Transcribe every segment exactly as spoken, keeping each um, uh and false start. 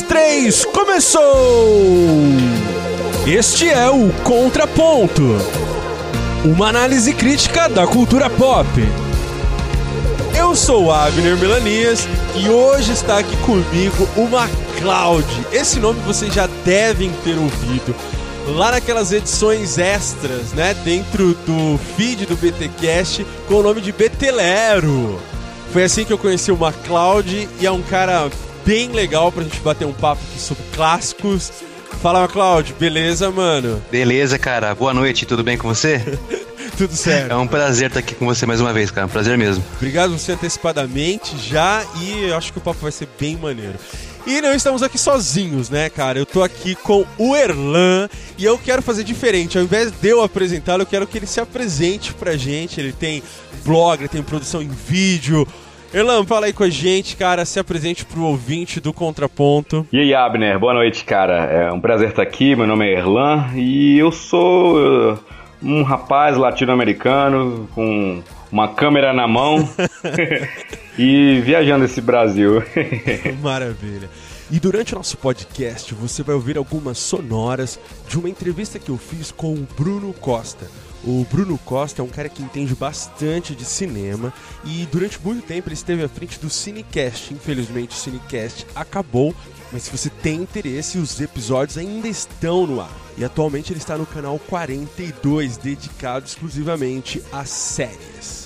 dois, três, começou! Este é o Contraponto, uma análise crítica da cultura pop. Eu sou o Abner Melanias e hoje está aqui comigo o MacLeod. Esse nome vocês já devem ter ouvido lá naquelas edições extras, né, dentro do feed do B T Cast com o nome de Betelero. Foi assim que eu conheci o MacLeod e é um cara bem legal pra gente bater um papo aqui sobre clássicos. Fala, MacLeod, beleza, mano? Beleza, cara. Boa noite, tudo bem com você? Tudo certo. É um prazer estar aqui com você mais uma vez, cara. Um prazer mesmo. Obrigado você antecipadamente já e eu acho que o papo vai ser bem maneiro. E não estamos aqui sozinhos, né, cara? Eu tô aqui com o Erlan e eu quero fazer diferente. Ao invés de eu apresentá-lo, eu quero que ele se apresente pra gente. Ele tem blog, ele tem produção em vídeo. Erlan, fala aí com a gente, cara, se apresente pro ouvinte do Contraponto. E aí, Abner, boa noite, cara. É um prazer estar aqui, meu nome é Erlan e eu sou uh, um rapaz latino-americano com uma câmera na mão e viajando esse Brasil. Maravilha. E durante o nosso podcast você vai ouvir algumas sonoras de uma entrevista que eu fiz com o Bruno Costa. O Bruno Costa é um cara que entende bastante de cinema e durante muito tempo ele esteve à frente do Cinecast. Infelizmente o Cinecast acabou, mas se você tem interesse, os episódios ainda estão no ar. E atualmente ele está no canal quarenta e dois, dedicado exclusivamente a séries.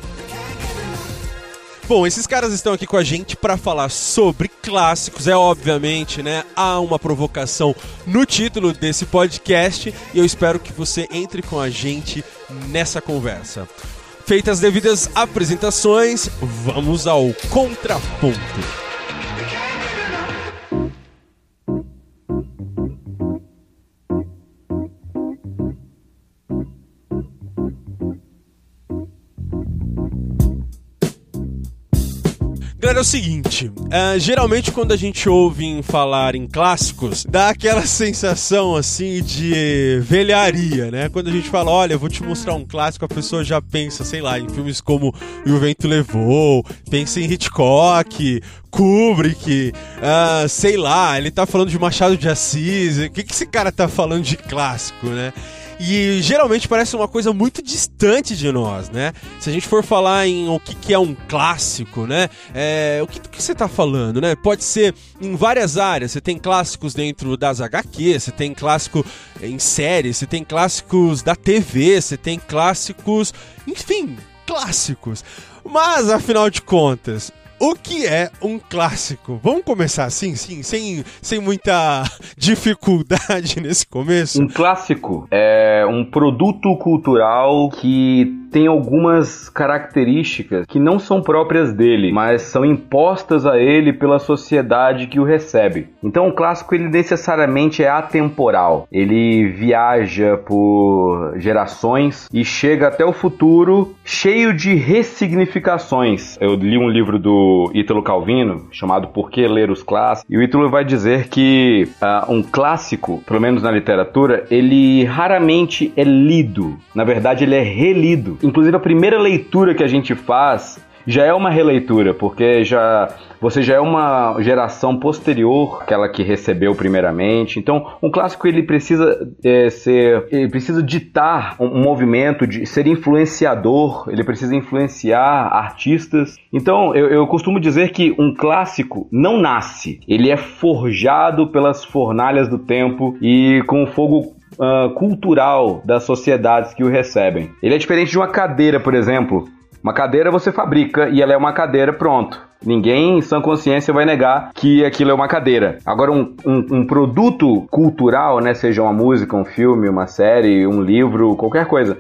Bom, esses caras estão aqui com a gente para falar sobre clássicos. É obviamente, né, há uma provocação no título desse podcast e eu espero que você entre com a gente nessa conversa. Feitas as devidas apresentações, vamos ao Contraponto. Galera, é o seguinte, uh, geralmente quando a gente ouve em falar em clássicos, dá aquela sensação assim de velharia, né? Quando a gente fala, olha, eu vou te mostrar um clássico, a pessoa já pensa, sei lá, em filmes como E o Vento Levou, pensa em Hitchcock, Kubrick, uh, sei lá, ele tá falando de Machado de Assis, o que, que esse cara tá falando de clássico, né? E geralmente parece uma coisa muito distante de nós, né? Se a gente for falar em o que, que é um clássico, né? É, o que, do que você tá falando, né? Pode ser em várias áreas. Você tem clássicos dentro das agá quês, você tem clássico em séries, você tem clássicos da T V, você tem clássicos... Enfim, clássicos. Mas, afinal de contas... O que é um clássico? Vamos começar assim, sim, sem, sem muita dificuldade nesse começo? Um clássico é um produto cultural que tem algumas características que não são próprias dele, mas são impostas a ele pela sociedade que o recebe. Então, o clássico, ele necessariamente é atemporal. Ele viaja por gerações e chega até o futuro cheio de ressignificações. Eu li um livro do Ítalo Calvino, chamado Por que Ler os Clássicos? E o Ítalo vai dizer que uh, um clássico, pelo menos na literatura, ele raramente é lido. Na verdade, ele é relido. Inclusive, a primeira leitura que a gente faz já é uma releitura, porque já, você já é uma geração posterior àquela que recebeu primeiramente. Então, um clássico, ele precisa é, ser, ele precisa ditar um, um movimento, de ser influenciador, ele precisa influenciar artistas. Então, eu, eu costumo dizer que um clássico não nasce, ele é forjado pelas fornalhas do tempo e com o fogo uh, cultural das sociedades que o recebem. Ele é diferente de uma cadeira, por exemplo. Uma cadeira você fabrica e ela é uma cadeira, pronto. Ninguém em sã consciência vai negar que aquilo é uma cadeira. Agora, um, um, um produto cultural, né, seja uma música, um filme, uma série, um livro, qualquer coisa,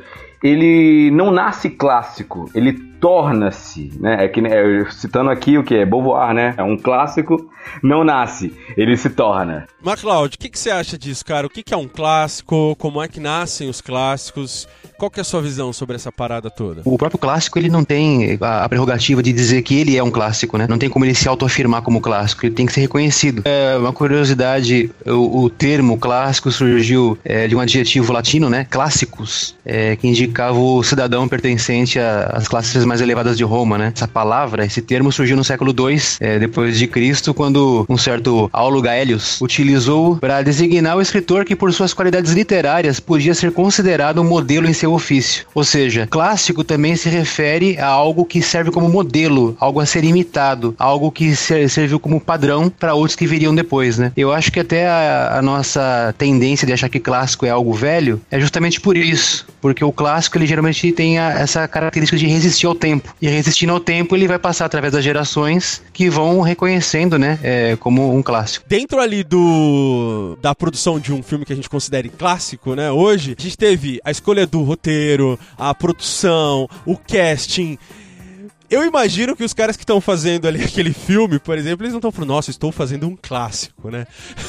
ele não nasce clássico, ele torna-se, né? É que, é, citando aqui o que é Beauvoir, né? É um clássico, não nasce, ele se torna. MacLeod, o que, que você acha disso, cara? O que, que é um clássico? Como é que nascem os clássicos? Qual que é a sua visão sobre essa parada toda? O próprio clássico, ele não tem a, a prerrogativa de dizer que ele é um clássico, né? Não tem como ele se autoafirmar como clássico, ele tem que ser reconhecido. É uma curiosidade, o, o termo clássico surgiu é, de um adjetivo latino, né? Clássicos, é, que indicava o cidadão pertencente às classes mais elevadas de Roma, né? Essa palavra, esse termo surgiu no século dois, é, depois de Cristo, quando um certo Aulo Gaelius utilizou para designar o escritor que, por suas qualidades literárias, podia ser considerado um modelo em seu ofício. Ou seja, clássico também se refere a algo que serve como modelo, algo a ser imitado, algo que ser, serviu como padrão para outros que viriam depois, né? Eu acho que até a, a nossa tendência de achar que clássico é algo velho é justamente por isso, porque o clássico, ele geralmente tem a, essa característica de resistir ao tempo, e resistindo ao tempo ele vai passar através das gerações que vão reconhecendo, né, é, como um clássico. Dentro ali do da produção de um filme que a gente considere clássico, né, hoje, a gente teve a escolha do roteiro, a produção, o casting. Eu imagino que os caras que estão fazendo ali aquele filme, por exemplo, eles não estão falando, nossa, estou fazendo um clássico, né?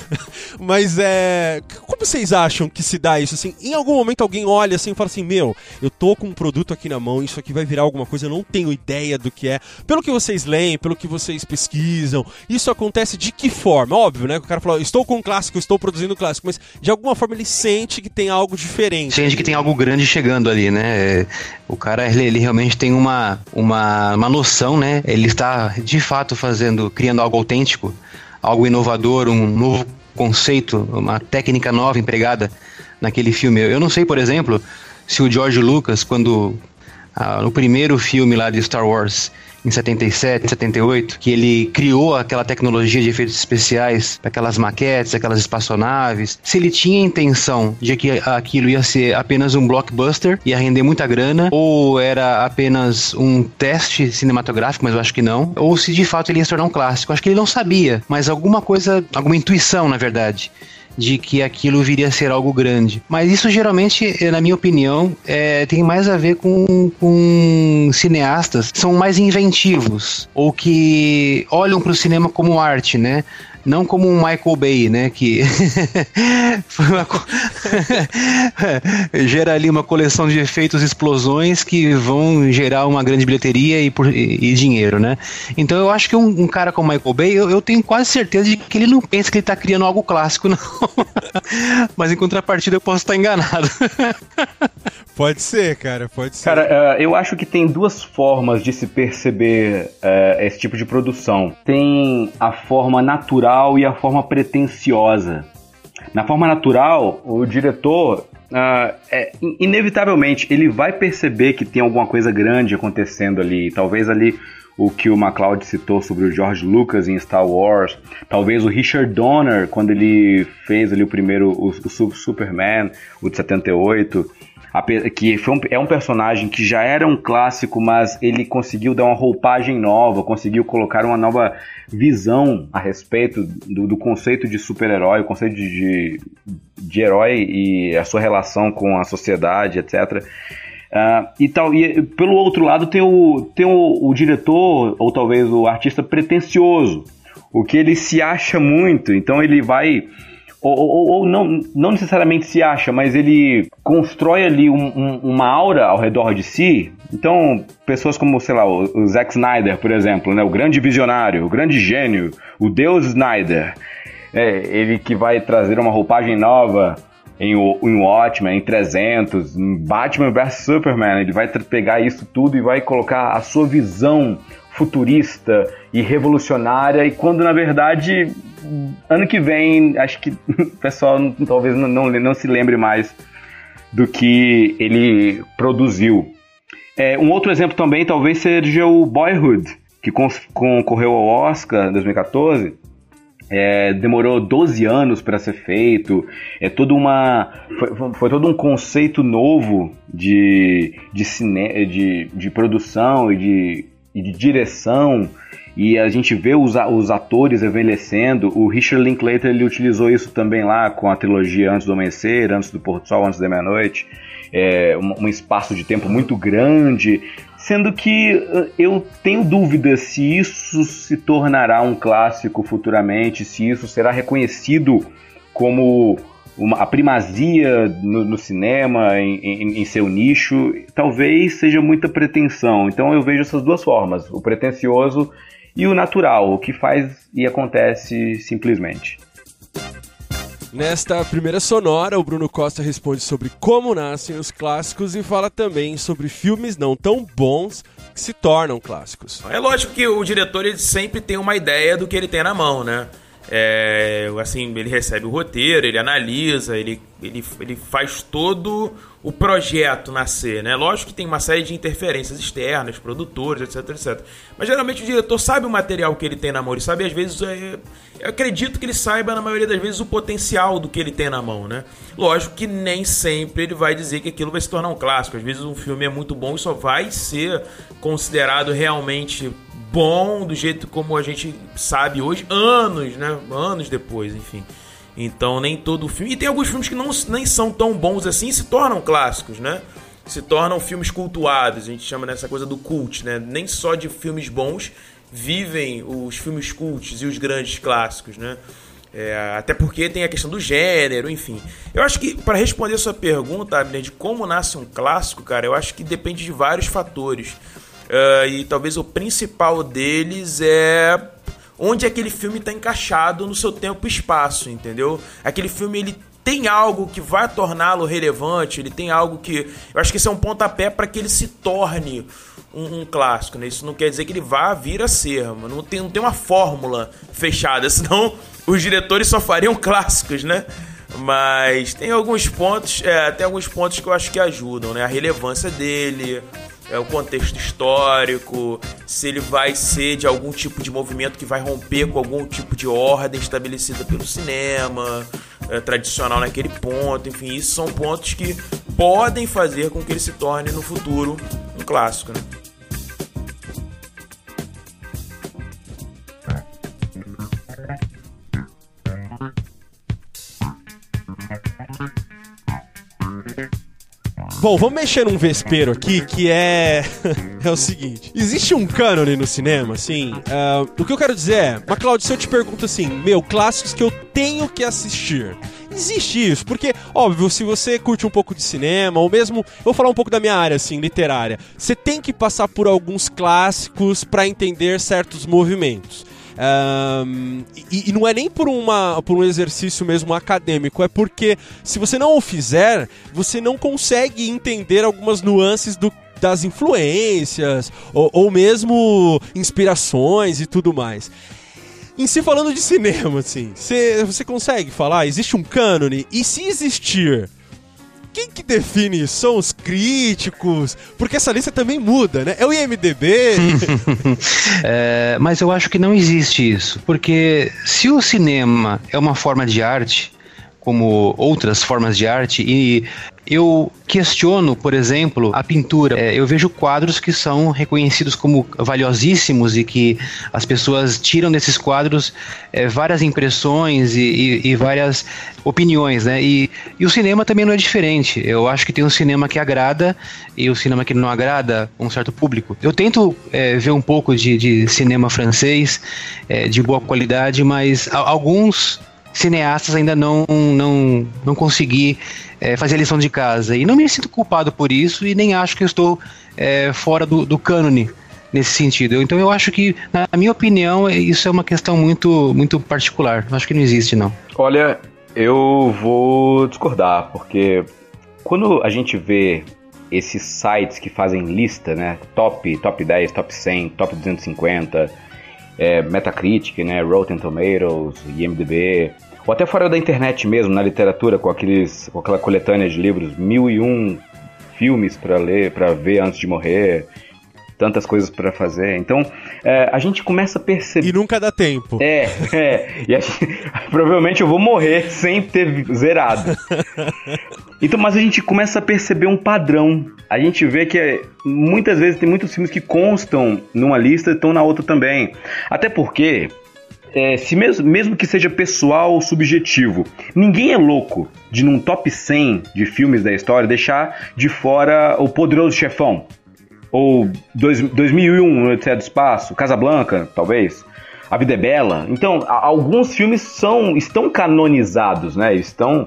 Mas é... como vocês acham que se dá isso? Assim, em algum momento alguém olha assim e fala assim, meu, eu tô com um produto aqui na mão, isso aqui vai virar alguma coisa, eu não tenho ideia do que é. Pelo que vocês leem, pelo que vocês pesquisam, isso acontece de que forma? Óbvio, né? O cara fala, estou com um clássico, estou produzindo um clássico, mas de alguma forma ele sente que tem algo diferente. Sente que tem algo grande chegando ali, né? O cara, ele, ele realmente tem uma... uma uma noção, né? Ele está de fato fazendo, criando algo autêntico, algo inovador, um novo conceito, uma técnica nova empregada naquele filme. Eu não sei, por exemplo, se o George Lucas, quando ah, no primeiro filme lá de Star Wars, em setenta e sete, setenta e oito, que ele criou aquela tecnologia de efeitos especiais, aquelas maquetes, aquelas espaçonaves, se ele tinha a intenção de que aquilo ia ser apenas um blockbuster, ia render muita grana, ou era apenas um teste cinematográfico, mas eu acho que não, ou se de fato ele ia se tornar um clássico. Acho que ele não sabia, mas alguma coisa, alguma intuição, na verdade, de que aquilo viria a ser algo grande. Mas isso geralmente, na minha opinião, é, tem mais a ver com, com cineastas que são mais inventivos, ou que olham para o cinema como arte, né? Não como um Michael Bay, né, que foi uma co... gera ali uma coleção de efeitos e explosões que vão gerar uma grande bilheteria e, por... e dinheiro, né? Então eu acho que um, um cara como Michael Bay, eu, eu tenho quase certeza de que ele não pensa que ele está criando algo clássico, não. Mas em contrapartida eu posso estar enganado. Pode ser, cara, pode ser. Cara, uh, eu acho que tem duas formas de se perceber uh, esse tipo de produção. Tem a forma natural e a forma pretensiosa. Na forma natural, o diretor, uh, é, inevitavelmente, ele vai perceber que tem alguma coisa grande acontecendo ali. Talvez ali o que o MacLeod citou sobre o George Lucas em Star Wars, talvez o Richard Donner, quando ele fez ali o primeiro, o, o Superman, o de setenta e oito, que foi um, é um personagem que já era um clássico, mas ele conseguiu dar uma roupagem nova, conseguiu colocar uma nova visão a respeito do, do conceito de super-herói, o conceito de, de, de herói e a sua relação com a sociedade, etcétera. Uh, e, tal, e pelo outro lado tem, o, tem o, o diretor, ou talvez o artista pretensioso, o que ele se acha muito, então ele vai... Ou, ou, ou não, não necessariamente se acha, mas ele constrói ali um, um, uma aura ao redor de si. Então, pessoas como, sei lá, o, o Zack Snyder, por exemplo, né, o grande visionário, o grande gênio, o Deus Snyder, é, ele que vai trazer uma roupagem nova em, em Watchmen, em trezentos, em Batman versus Superman, ele vai pegar isso tudo e vai colocar a sua visão futurista e revolucionária, e quando na verdade ano que vem acho que o pessoal talvez não, não, não se lembre mais do que ele produziu. É, um outro exemplo também talvez seja o Boyhood, que concorreu ao Oscar em dois mil e catorze. É, demorou doze anos para ser feito. É toda uma foi, foi todo um conceito novo de, de, cine, de, de produção e de e de direção, e a gente vê os, os atores envelhecendo. O Richard Linklater, ele utilizou isso também lá com a trilogia Antes do Amanhecer, Antes do Pôr do Sol, Antes da Meia-Noite, é, um, um espaço de tempo muito grande, sendo que eu tenho dúvida se isso se tornará um clássico futuramente, se isso será reconhecido como uma, a primazia no, no cinema, em, em, em seu nicho, talvez seja muita pretensão. Então eu vejo essas duas formas, o pretensioso e o natural, o que faz e acontece simplesmente. Nesta primeira sonora, o Bruno Costa responde sobre como nascem os clássicos e fala também sobre filmes não tão bons que se tornam clássicos. É lógico que o diretor ele sempre tem uma ideia do que ele tem na mão, né? É, assim, ele recebe o roteiro, ele analisa, ele, ele, ele faz todo o projeto nascer, né? Lógico que tem uma série de interferências externas, produtores, etc, etcétera. Mas geralmente o diretor sabe o material que ele tem na mão, ele sabe às vezes, é, eu acredito que ele saiba na maioria das vezes o potencial do que ele tem na mão, né? Lógico que nem sempre ele vai dizer que aquilo vai se tornar um clássico, às vezes um filme é muito bom e só vai ser considerado realmente bom do jeito como a gente sabe hoje, anos, né? Anos depois, enfim. Então nem todo filme... E tem alguns filmes que não, nem são tão bons assim e se tornam clássicos, né? Se tornam filmes cultuados, a gente chama nessa coisa do cult, né? Nem só de filmes bons vivem os filmes cults e os grandes clássicos, né? É, até porque tem a questão do gênero, enfim. Eu acho que, para responder a sua pergunta, Abner, de como nasce um clássico, cara, eu acho que depende de vários fatores. Uh, e talvez o principal deles é onde aquele filme está encaixado no seu tempo e espaço, entendeu? Aquele filme ele tem algo que vai torná-lo relevante, ele tem algo que... Eu acho que esse é um pontapé para que ele se torne um, um clássico, né? Isso não quer dizer que ele vá vir a ser, mas não tem, não tem uma fórmula fechada, senão os diretores só fariam clássicos, né? Mas tem alguns pontos, é, tem alguns pontos que eu acho que ajudam, né? A relevância dele... É, o contexto histórico, se ele vai ser de algum tipo de movimento que vai romper com algum tipo de ordem estabelecida pelo cinema, é, tradicional naquele ponto, enfim, isso são pontos que podem fazer com que ele se torne no futuro um clássico, né? Bom, vamos mexer num vespeiro aqui, que é... é o seguinte. Existe um cânone no cinema, assim... Uh, o que eu quero dizer é... MacLeod, se eu te pergunto assim... Meu, clássicos que eu tenho que assistir... Existe isso, porque, óbvio, se você curte um pouco de cinema, ou mesmo... Eu vou falar um pouco da minha área, assim, literária. Você tem que passar por alguns clássicos pra entender certos movimentos. Um, e, e não é nem por, uma, por um exercício mesmo acadêmico, é porque se você não o fizer, você não consegue entender algumas nuances do, das influências ou, ou mesmo inspirações e tudo mais. Em si, falando de cinema, assim, você, você consegue falar? Existe um cânone? E se existir, quem que define isso? São os críticos? Porque essa lista também muda, né? É o I M D B? é, mas eu acho que não existe isso. Porque se o cinema é uma forma de arte, como outras formas de arte, e eu questiono, por exemplo, a pintura. É, eu vejo quadros que são reconhecidos como valiosíssimos e que as pessoas tiram desses quadros é, várias impressões e, e, e várias opiniões, né? E, e o cinema também não é diferente. Eu acho que tem um cinema que agrada e o cinema que não agrada um certo público. Eu tento é, ver um pouco de, de cinema francês, é, de boa qualidade, mas a, alguns... cineastas ainda não, não, não consegui é, fazer a lição de casa. E não me sinto culpado por isso e nem acho que eu estou é, fora do, do cânone nesse sentido. Então eu acho que, na minha opinião, isso é uma questão muito, muito particular. Acho que não existe, não. Olha, eu vou discordar, porque quando a gente vê esses sites que fazem lista, né? Top, top dez, top cem, top duzentos e cinquenta... É, Metacritic, né, Rotten Tomatoes, I M D B, ou até fora da internet mesmo, na literatura, com, aqueles, com aquela coletânea de livros, mil e um filmes para ler, para ver antes de morrer, tantas coisas para fazer. Então, é, a gente começa a perceber... E nunca dá tempo. É, é. E a gente, provavelmente eu vou morrer sem ter zerado. Então, mas a gente começa a perceber um padrão. A gente vê que muitas vezes tem muitos filmes que constam numa lista e estão na outra também. Até porque, é, se mesmo, mesmo que seja pessoal ou subjetivo, ninguém é louco de num top cem de filmes da história deixar de fora O Poderoso Chefão. Ou dois, dois mil e um, Odisseia do Espaço, Casablanca, talvez, A Vida é Bela. Então, a, alguns filmes são, estão canonizados, né? Estão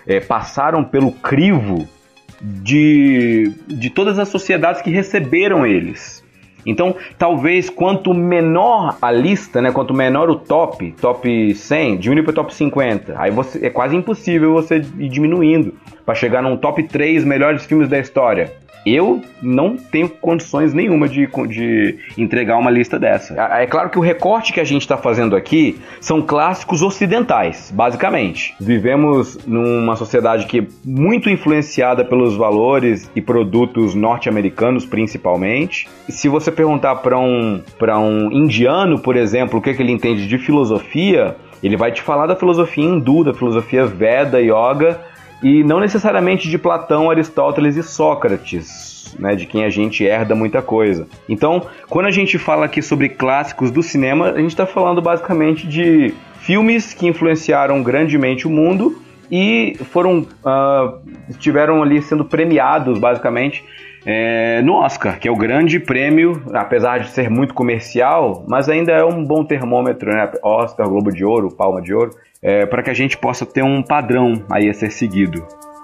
é, passaram pelo crivo de, de todas as sociedades que receberam eles. Então, talvez quanto menor a lista, né, quanto menor o top, top cem, diminui para top cinquenta. Aí você, é quase impossível você ir diminuindo para chegar num top três melhores filmes da história. Eu não tenho condições nenhuma de, de entregar uma lista dessa. É claro que o recorte que a gente está fazendo aqui são clássicos ocidentais, basicamente. Vivemos numa sociedade que é muito influenciada pelos valores e produtos norte-americanos, principalmente. E se você perguntar para um, para um indiano, por exemplo, o que, é que ele entende de filosofia, ele vai te falar da filosofia hindu, da filosofia Veda, Yoga, e não necessariamente de Platão, Aristóteles e Sócrates, né, de quem a gente herda muita coisa. Então, quando a gente fala aqui sobre clássicos do cinema, a gente está falando basicamente de filmes que influenciaram grandemente o mundo e foram, uh, estiveram ali sendo premiados, basicamente, é, no Oscar, que é o grande prêmio, apesar de ser muito comercial, mas ainda é um bom termômetro, né? Oscar, Globo de Ouro, Palma de Ouro, é, para que a gente possa ter um padrão aí a ser seguido.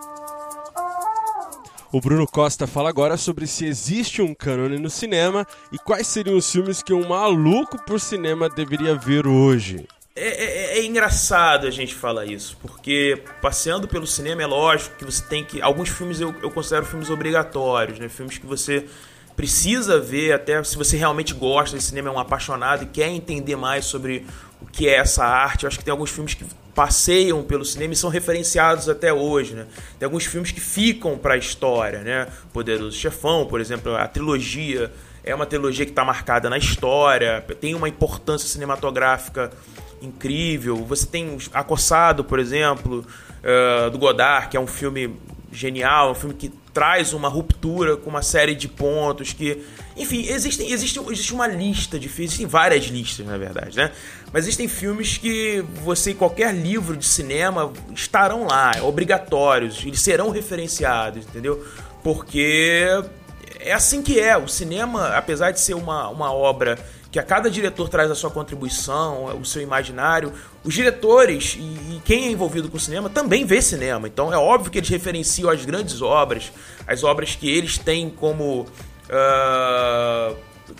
O Bruno Costa fala agora sobre se existe um cânone no cinema e quais seriam os filmes que um maluco por cinema deveria ver hoje. É, é, é engraçado a gente falar isso, porque passeando pelo cinema é lógico que você tem que... Alguns filmes eu, eu considero filmes obrigatórios, né? Filmes que você precisa ver, até se você realmente gosta de cinema, é um apaixonado e quer entender mais sobre o que é essa arte. Eu acho que tem alguns filmes que passeiam pelo cinema e são referenciados até hoje, né? Tem alguns filmes que ficam para a história, né? Poderoso Chefão, por exemplo, a trilogia é uma trilogia que está marcada na história, tem uma importância cinematográfica incrível. Você tem Acossado, por exemplo, uh, do Godard, que é um filme genial, um filme que traz uma ruptura com uma série de pontos que... Enfim, existem, existe, existe uma lista de filmes, existem várias listas, na verdade, né? Mas existem filmes que você, em qualquer livro de cinema, estarão lá, obrigatórios, eles serão referenciados, entendeu? Porque é assim que é. O cinema, apesar de ser uma, uma obra que a cada diretor traz a sua contribuição, o seu imaginário, os diretores e, e quem é envolvido com o cinema também vê cinema. Então é óbvio que eles referenciam as grandes obras, as obras que eles têm como... Uh,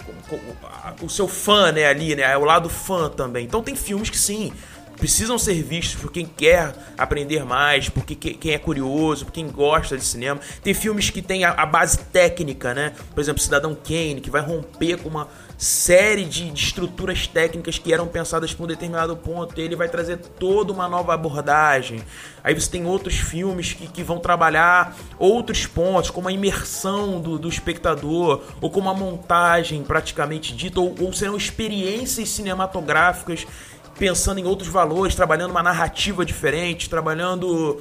o seu fã, né, ali, né, é o lado fã também. Então tem filmes que sim, precisam ser vistos por quem quer aprender mais, por quem é curioso, por quem gosta de cinema. Tem filmes que tem a, a base técnica, né? Por exemplo, Cidadão Kane, que vai romper com uma série de, de estruturas técnicas que eram pensadas para um determinado ponto, e ele vai trazer toda uma nova abordagem. Aí você tem outros filmes que, que vão trabalhar outros pontos, como a imersão do, do espectador, ou como a montagem praticamente dita, ou, ou serão experiências cinematográficas pensando em outros valores, trabalhando uma narrativa diferente, trabalhando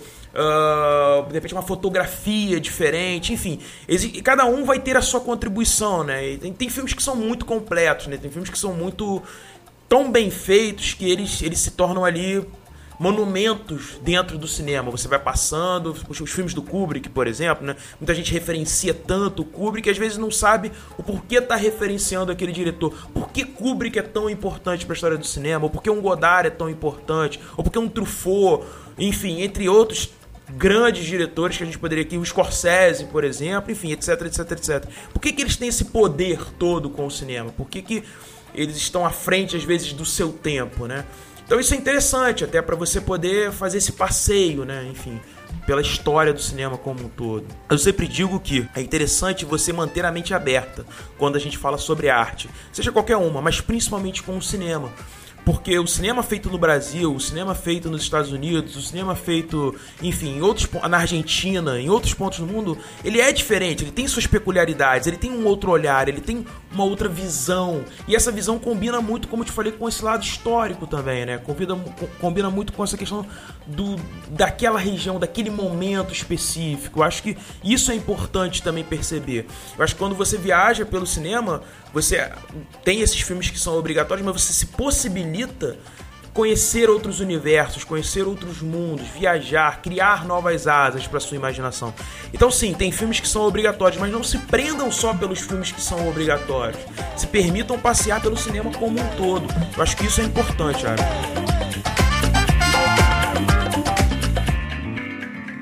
uh, de repente uma fotografia diferente, enfim, existe, cada um vai ter a sua contribuição, né? Tem, tem filmes que são muito completos, né? Tem filmes que são muito tão bem feitos que eles, eles se tornam ali monumentos dentro do cinema. Você vai passando os, os filmes do Kubrick, por exemplo, né? Muita gente referencia tanto o Kubrick que às vezes não sabe o porquê está referenciando aquele diretor. Por que Kubrick é tão importante para a história do cinema? Ou por que um Godard é tão importante? Ou por que um Truffaut? Enfim, entre outros grandes diretores que a gente poderia aqui, o Scorsese, por exemplo, enfim, etc, etc, etcétera. Por que que eles têm esse poder todo com o cinema? Por que que eles estão à frente, às vezes, do seu tempo, né? Então isso é interessante, até para você poder fazer esse passeio, né? Enfim, pela história do cinema como um todo. Eu sempre digo que é interessante você manter a mente aberta quando a gente fala sobre arte, seja qualquer uma, mas principalmente com o cinema. Porque o cinema feito no Brasil, o cinema feito nos Estados Unidos, o cinema feito, enfim, em outros, na Argentina, em outros pontos do mundo, ele é diferente, ele tem suas peculiaridades, ele tem um outro olhar, ele tem uma outra visão. E essa visão combina muito, como eu te falei, com esse lado histórico também, né? Combina, combina muito com essa questão do, daquela região, daquele momento específico. Eu acho que isso é importante também perceber. Eu acho que quando você viaja pelo cinema, você tem esses filmes que são obrigatórios, mas você se possibilita conhecer outros universos, conhecer outros mundos, viajar, criar novas asas para sua imaginação. Então sim, tem filmes que são obrigatórios, mas não se prendam só pelos filmes que são obrigatórios. Se permitam passear pelo cinema como um todo. Eu acho que isso é importante, Aaron.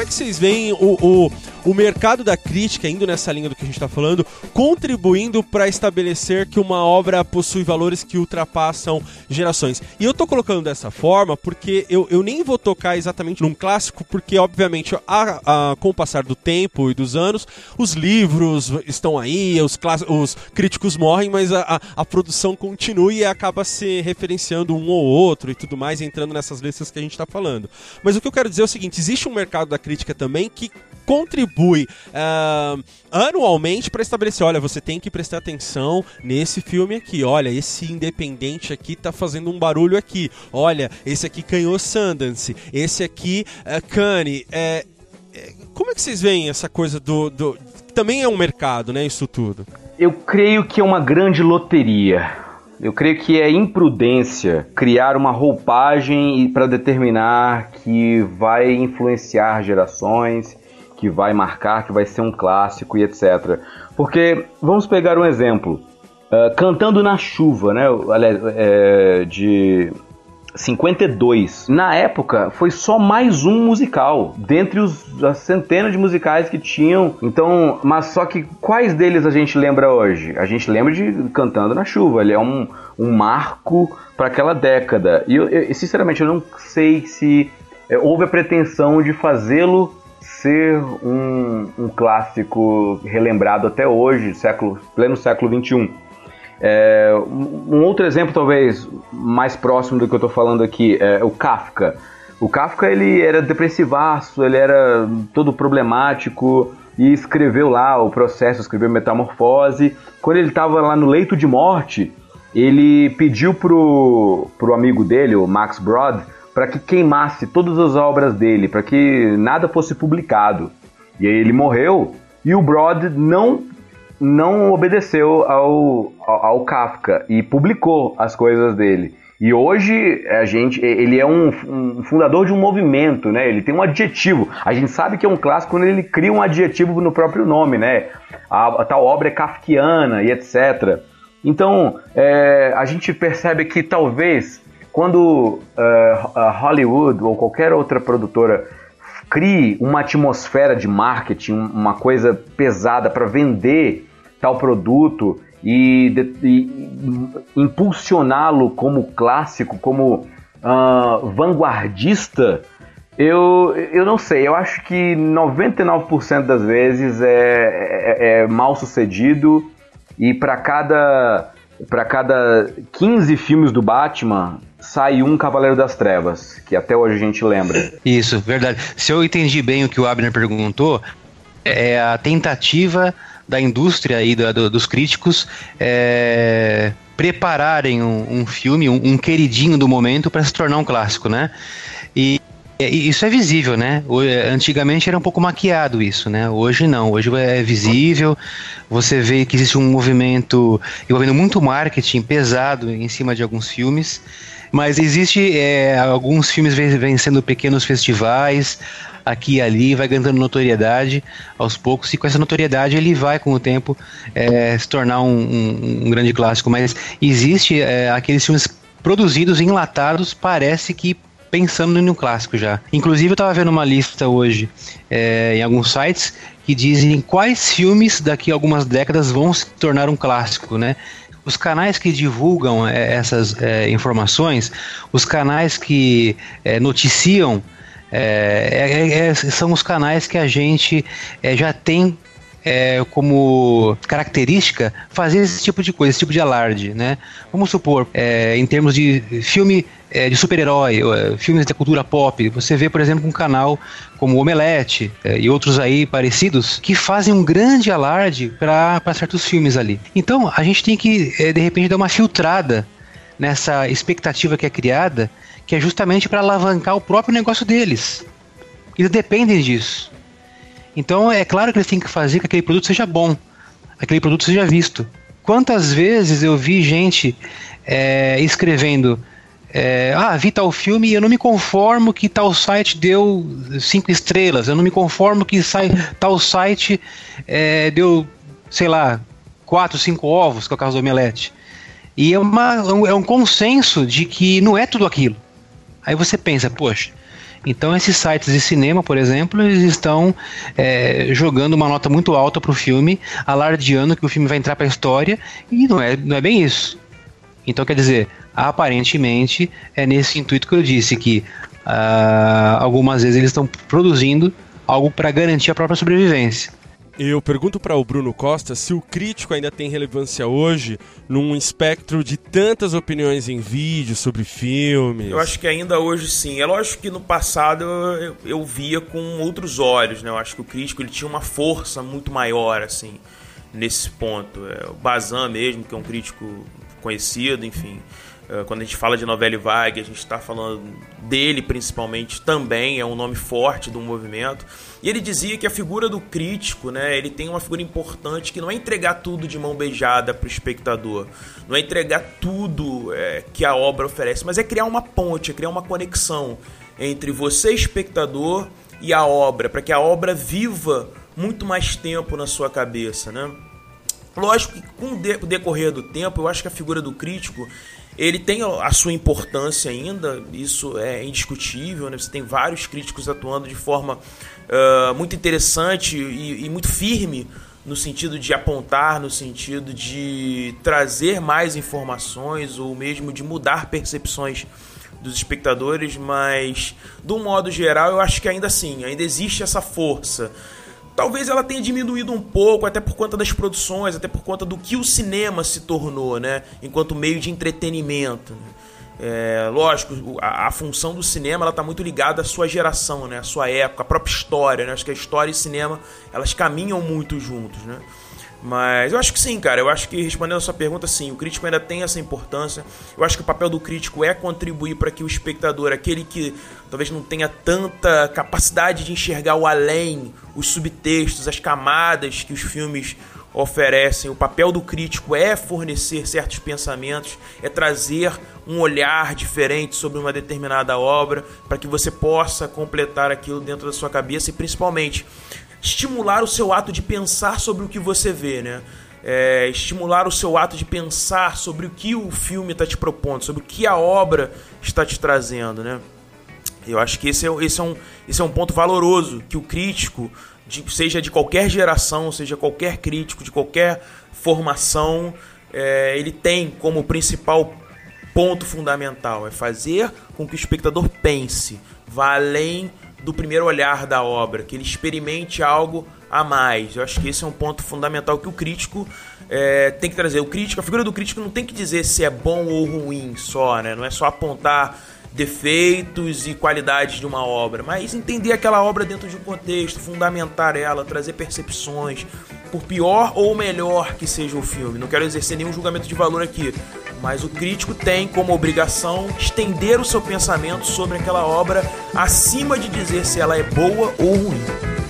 que vocês veem o, o, o mercado da crítica, indo nessa linha do que a gente está falando, contribuindo para estabelecer que uma obra possui valores que ultrapassam gerações? E eu tô colocando dessa forma porque eu, eu nem vou tocar exatamente num clássico, porque obviamente a, a, com o passar do tempo e dos anos, os livros estão aí, os, class... os críticos morrem, mas a, a, a produção continua e acaba se referenciando um ou outro e tudo mais, entrando nessas listas que a gente está falando. Mas o que eu quero dizer é o seguinte, existe um mercado da crítica também que contribui uh, anualmente para estabelecer, olha, você tem que prestar atenção nesse filme aqui, olha, esse independente aqui tá fazendo um barulho aqui, olha, esse aqui ganhou Sundance, esse aqui uh, Cannes, é, é, como é que vocês veem essa coisa do, do... Também é um mercado, né, isso tudo? Eu creio que é uma grande loteria. Eu creio que é imprudência criar uma roupagem para determinar que vai influenciar gerações, que vai marcar, que vai ser um clássico e etcétera. Porque, vamos pegar um exemplo, uh, Cantando na Chuva, né, é, de cinquenta e dois. Na época, foi só mais um musical, dentre os, as centenas de musicais que tinham. Então, mas só que quais deles a gente lembra hoje? A gente lembra de Cantando na Chuva, ele é um, um marco para aquela década. E, eu, eu, sinceramente, eu não sei se é, houve a pretensão de fazê-lo ser um, um clássico relembrado até hoje, século, pleno século vinte e um. É, um outro exemplo talvez mais próximo do que eu estou falando aqui é o Kafka. O Kafka ele era depressivaço, ele era todo problemático e escreveu lá o Processo, escreveu Metamorfose. Quando ele estava lá no leito de morte, ele pediu pro, pro amigo dele, o Max Brod, para que queimasse todas as obras dele, para que nada fosse publicado. E aí ele morreu e o Brod não não obedeceu ao, ao, ao Kafka e publicou as coisas dele. E hoje a gente, ele é um, um fundador de um movimento, né? Ele tem um adjetivo. A gente sabe que é um clássico quando ele cria um adjetivo no próprio nome, né? A, a tal obra é kafkiana e etcétera. Então, é, a gente percebe que talvez quando uh, a Hollywood ou qualquer outra produtora crie uma atmosfera de marketing, uma coisa pesada para vender tal produto e, de, e impulsioná-lo como clássico, como uh, vanguardista, eu, eu não sei, eu acho que noventa e nove por cento das vezes é, é, é mal sucedido e para cada, para cada quinze filmes do Batman sai um Cavaleiro das Trevas, que até hoje a gente lembra. Isso, verdade. Se eu entendi bem o que o Abner perguntou, é a tentativa da indústria e da, do, dos críticos é, prepararem um, um filme, um, um queridinho do momento para se tornar um clássico, né? E, e isso é visível, né? Antigamente era um pouco maquiado isso, né? Hoje não, hoje é visível, você vê que existe um movimento envolvendo muito marketing pesado em cima de alguns filmes. Mas existe, é, alguns filmes vencendo pequenos festivais, aqui e ali, vai ganhando notoriedade aos poucos, e com essa notoriedade ele vai, com o tempo, é, se tornar um, um, um grande clássico. Mas existe é, aqueles filmes produzidos, enlatados, parece que pensando em um clássico já. Inclusive eu estava vendo uma lista hoje é, em alguns sites que dizem quais filmes daqui a algumas décadas vão se tornar um clássico, né? Os canais que divulgam é, essas é, informações, os canais que é, noticiam, é, é, é, são os canais que a gente é, já tem é, como característica fazer esse tipo de coisa, esse tipo de alarde, né? Vamos supor, é, em termos de filme é, de super-herói, filmes da cultura pop, você vê, por exemplo, um canal como o Omelete é, e outros aí parecidos, que fazem um grande alarde para certos filmes ali. Então, a gente tem que, é, de repente, dar uma filtrada nessa expectativa que é criada, que é justamente para alavancar o próprio negócio deles. Eles dependem disso. Então, é claro que eles têm que fazer que aquele produto seja bom, aquele produto seja visto. Quantas vezes eu vi gente é, escrevendo É, ah, vi tal filme e eu não me conformo que tal site deu cinco estrelas, eu não me conformo que sai, tal site é, deu, sei lá, quatro, cinco ovos, que é o caso do Omelete. E é, uma, é um consenso de que não é tudo aquilo. Aí você pensa, poxa, então esses sites de cinema, por exemplo, eles estão é, jogando uma nota muito alta pro filme, alardeando que o filme vai entrar pra história, e não é, não é bem isso. Então, quer dizer, aparentemente é nesse intuito que eu disse, que uh, algumas vezes eles estão produzindo algo para garantir a própria sobrevivência. Eu pergunto para o Bruno Costa se o crítico ainda tem relevância hoje num espectro de tantas opiniões em vídeo sobre filmes. Eu acho que ainda hoje sim. É lógico que no passado eu, eu via com outros olhos, né? Eu acho que o crítico ele tinha uma força muito maior, assim, nesse ponto. É, o Bazin mesmo, que é um crítico conhecido, enfim. Quando a gente fala de Novelli Vague, a gente está falando dele principalmente, também é um nome forte do movimento. E ele dizia que a figura do crítico, né, ele tem uma figura importante que não é entregar tudo de mão beijada para o espectador, não é entregar tudo é, que a obra oferece, mas é criar uma ponte, é criar uma conexão entre você, espectador, e a obra, para que a obra viva muito mais tempo na sua cabeça, né? Lógico que com o decorrer do tempo, eu acho que a figura do crítico ele tem a sua importância ainda, isso é indiscutível, né? Você tem vários críticos atuando de forma uh, muito interessante e, e muito firme no sentido de apontar, no sentido de trazer mais informações ou mesmo de mudar percepções dos espectadores, mas, de um modo geral, eu acho que ainda assim, ainda existe essa força. Talvez ela tenha diminuído um pouco, até por conta das produções, até por conta do que o cinema se tornou, né? Enquanto meio de entretenimento. Né? É, lógico, a, a função do cinema está muito ligada à sua geração, né? À sua época, à própria história. Né? Acho que a história e o cinema elas caminham muito juntos, né? Mas eu acho que sim, cara. Eu acho que, respondendo a sua pergunta, sim, o crítico ainda tem essa importância. Eu acho que o papel do crítico é contribuir para que o espectador, aquele que talvez não tenha tanta capacidade de enxergar o além, os subtextos, as camadas que os filmes oferecem, o papel do crítico é fornecer certos pensamentos, é trazer um olhar diferente sobre uma determinada obra, para que você possa completar aquilo dentro da sua cabeça e, principalmente, estimular o seu ato de pensar sobre o que você vê, né? É, estimular o seu ato de pensar sobre o que o filme está te propondo, sobre o que a obra está te trazendo, né? Eu acho que esse é, esse é, um, esse é um ponto valoroso que o crítico, de, seja de qualquer geração, seja qualquer crítico, de qualquer formação, é, ele tem como principal ponto fundamental, é fazer com que o espectador pense, vá além do primeiro olhar da obra, que ele experimente algo a mais. Eu acho que esse é um ponto fundamental que o crítico é, tem que trazer. O crítico, a figura do crítico não tem que dizer se é bom ou ruim só, né? Não é só apontar defeitos e qualidades de uma obra, mas entender aquela obra dentro de um contexto, fundamentar ela, trazer percepções, por pior ou melhor que seja o filme. Não quero exercer nenhum julgamento de valor aqui, mas o crítico tem como obrigação estender o seu pensamento sobre aquela obra acima de dizer se ela é boa ou ruim.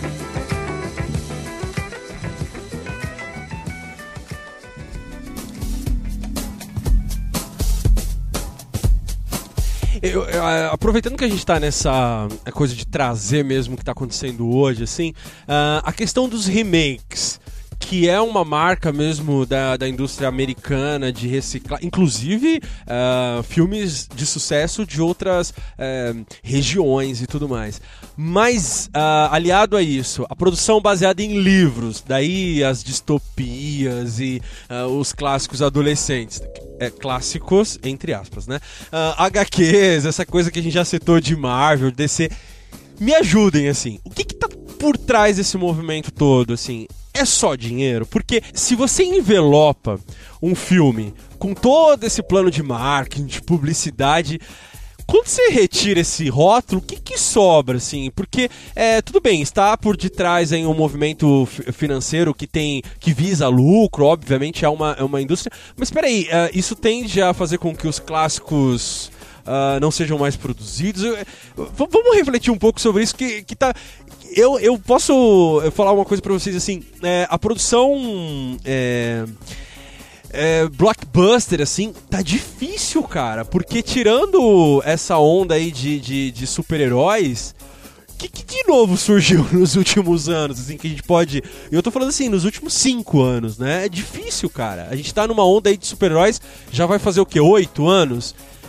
Eu, eu, aproveitando que a gente tá nessa coisa de trazer mesmo o que tá acontecendo hoje, assim, uh, a questão dos remakes, que é uma marca mesmo da, da indústria americana de reciclar, inclusive uh, filmes de sucesso de outras uh, regiões e tudo mais. Mas, uh, aliado a isso, a produção baseada em livros, daí as distopias e uh, os clássicos adolescentes. É, clássicos, entre aspas, né? Uh, H Qs, essa coisa que a gente já citou de Marvel, D C. Me ajudem, assim. O que que tá por trás desse movimento todo, assim? É só dinheiro? Porque se você envelopa um filme com todo esse plano de marketing, de publicidade, quando você retira esse rótulo, o que que sobra, assim? Porque, é, tudo bem, está por detrás aí um movimento financeiro que tem, que visa lucro, obviamente é uma, é uma indústria, mas peraí, uh, isso tende a fazer com que os clássicos uh, não sejam mais produzidos? Eu, eu, vamos refletir um pouco sobre isso, que, que tá... Eu, eu posso falar uma coisa pra vocês, assim, é, a produção... É, É, blockbuster, assim, tá difícil, cara, porque tirando essa onda aí de, de, de super-heróis, o que, que de novo surgiu nos últimos anos, assim, que a gente pode... Eu tô falando assim, nos últimos cinco anos, né? É difícil, cara. A gente tá numa onda aí de super-heróis, já vai fazer o quê? Oito anos?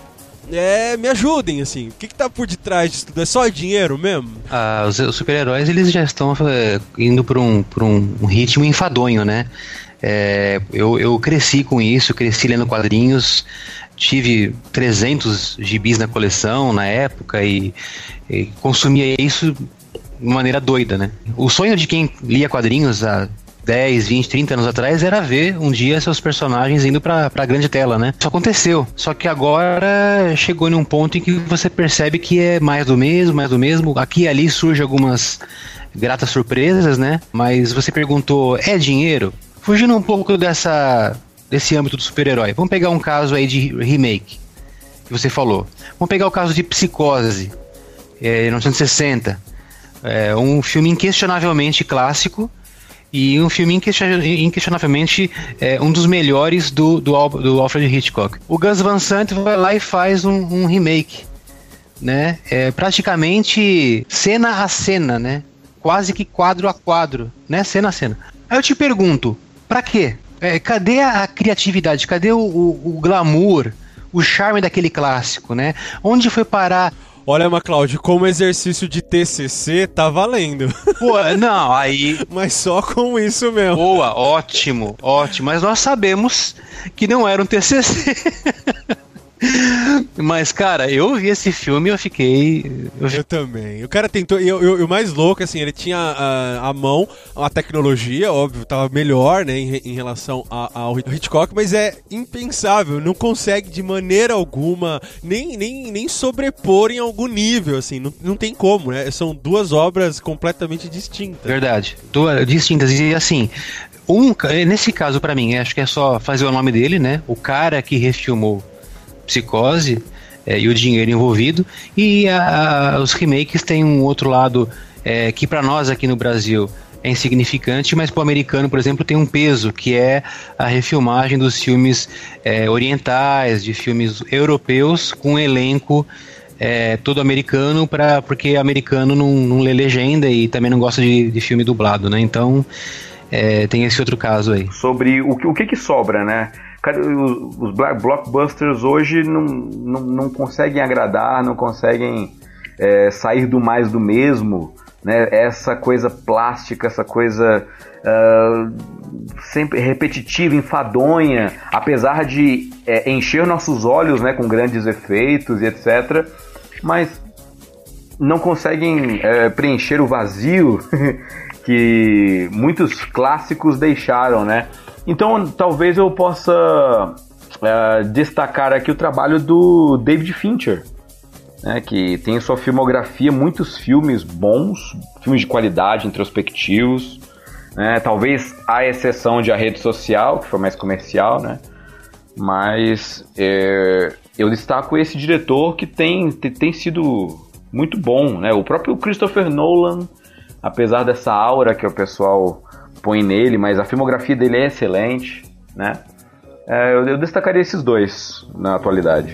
é, me ajudem, assim. O que que tá por detrás disso tudo? É só dinheiro mesmo? Ah, os, os super-heróis, eles já estão é, indo por um, por um, um ritmo enfadonho, né? É, eu, eu cresci com isso, cresci lendo quadrinhos, tive trezentos gibis na coleção na época e, e consumia isso de maneira doida, né? O sonho de quem lia quadrinhos há dez, vinte, trinta anos atrás era ver um dia seus personagens indo pra, pra grande tela, né? Isso aconteceu, só que agora chegou num ponto em que você percebe que é mais do mesmo, mais do mesmo. Aqui e ali surgem algumas gratas surpresas, né? Mas você perguntou, é dinheiro? Fugindo um pouco dessa, desse âmbito do super-herói, vamos pegar um caso aí de remake, que você falou. Vamos pegar o caso de Psicose, é, mil novecentos e sessenta. É um filme inquestionavelmente clássico e um filme inquestionavelmente é, um dos melhores do, do, do Alfred Hitchcock. O Gus Van Sant vai lá e faz um, um remake, né? É, praticamente cena a cena, né? Quase que quadro a quadro, né? Cena a cena. Aí eu te pergunto, pra quê? É, cadê a criatividade? Cadê o, o, o glamour, o charme daquele clássico, né? Onde foi parar? Olha, MacLeod, como exercício de T C C, tá valendo. Pô, não, aí... Mas só com isso mesmo. Boa, ótimo, ótimo. Mas nós sabemos que não era um T C C. Mas, cara, eu vi esse filme e eu fiquei... Eu... eu também. O cara tentou... E o mais louco, assim, ele tinha a, a mão, a tecnologia, óbvio, tava melhor, né, em, em relação a, ao Hitchcock, mas é impensável, não consegue de maneira alguma nem, nem, nem sobrepor em algum nível, assim, não, não tem como, né? São duas obras completamente distintas. Verdade, duas distintas. E, assim... Um, nesse caso, pra mim, acho que é só fazer o nome dele, né? O cara que refilmou Psicose é, e o dinheiro envolvido, e a, a, os remakes têm um outro lado é, que para nós aqui no Brasil é insignificante, mas para o americano, por exemplo, tem um peso, que é a refilmagem dos filmes é, orientais, de filmes europeus com um elenco é, todo americano, pra, porque americano não, não lê legenda e também não gosta de, de filme dublado, né? Então é, tem esse outro caso aí. Sobre o que, o que, que sobra, né? Os black blockbusters hoje não, não, não conseguem agradar, não conseguem é, sair do mais do mesmo, né? Essa coisa plástica, essa coisa uh, sempre repetitiva, enfadonha, apesar de é, encher nossos olhos, né, com grandes efeitos e etcétera, mas não conseguem é, preencher o vazio que muitos clássicos deixaram, né? Então, talvez eu possa uh, destacar aqui o trabalho do David Fincher, né, que tem em sua filmografia muitos filmes bons, filmes de qualidade, introspectivos, né, talvez à exceção de A Rede Social, que foi mais comercial, né, mas é, eu destaco esse diretor que tem, tem, tem sido muito bom, né, o próprio Christopher Nolan, apesar dessa aura que o pessoal põe nele, mas a filmografia dele é excelente, né? É, eu, eu destacaria esses dois na atualidade.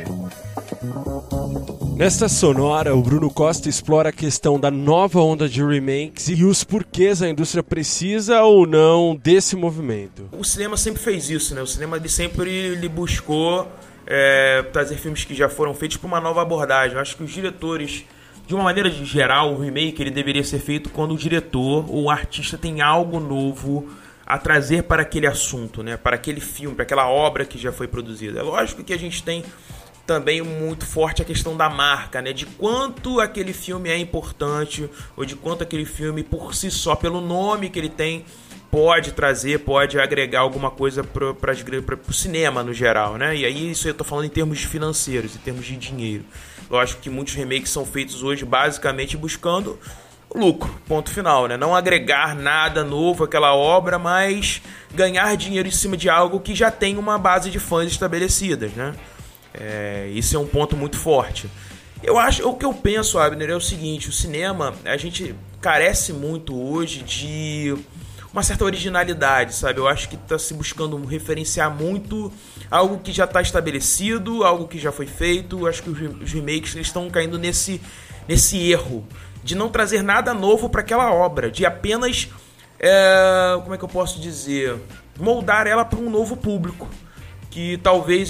Nesta sonora, o Bruno Costa explora a questão da nova onda de remakes e os porquês a indústria precisa ou não desse movimento. O cinema sempre fez isso, né? O cinema ele sempre ele buscou é, trazer filmes que já foram feitos para uma nova abordagem. Eu acho que os diretores, de uma maneira geral, o remake ele deveria ser feito quando o diretor ou o artista tem algo novo a trazer para aquele assunto, né? Para aquele filme, para aquela obra que já foi produzida. É lógico que a gente tem também muito forte a questão da marca, né? De quanto aquele filme é importante ou de quanto aquele filme por si só, pelo nome que ele tem, pode trazer, pode agregar alguma coisa para o cinema no geral, né? E aí isso eu estou falando em termos financeiros, em termos de dinheiro. Lógico que muitos remakes são feitos hoje basicamente buscando lucro, ponto final, né? Não agregar nada novo àquela obra, mas ganhar dinheiro em cima de algo que já tem uma base de fãs estabelecidas, né? É, isso é um ponto muito forte. Eu acho, o que eu penso, Abner, é o seguinte: o cinema, a gente carece muito hoje de uma certa originalidade, sabe? Eu acho que está se buscando referenciar muito algo que já está estabelecido, algo que já foi feito. Eu acho que os remakes estão caindo nesse, nesse erro de não trazer nada novo para aquela obra, de apenas, é, como é que eu posso dizer, moldar ela para um novo público, que talvez,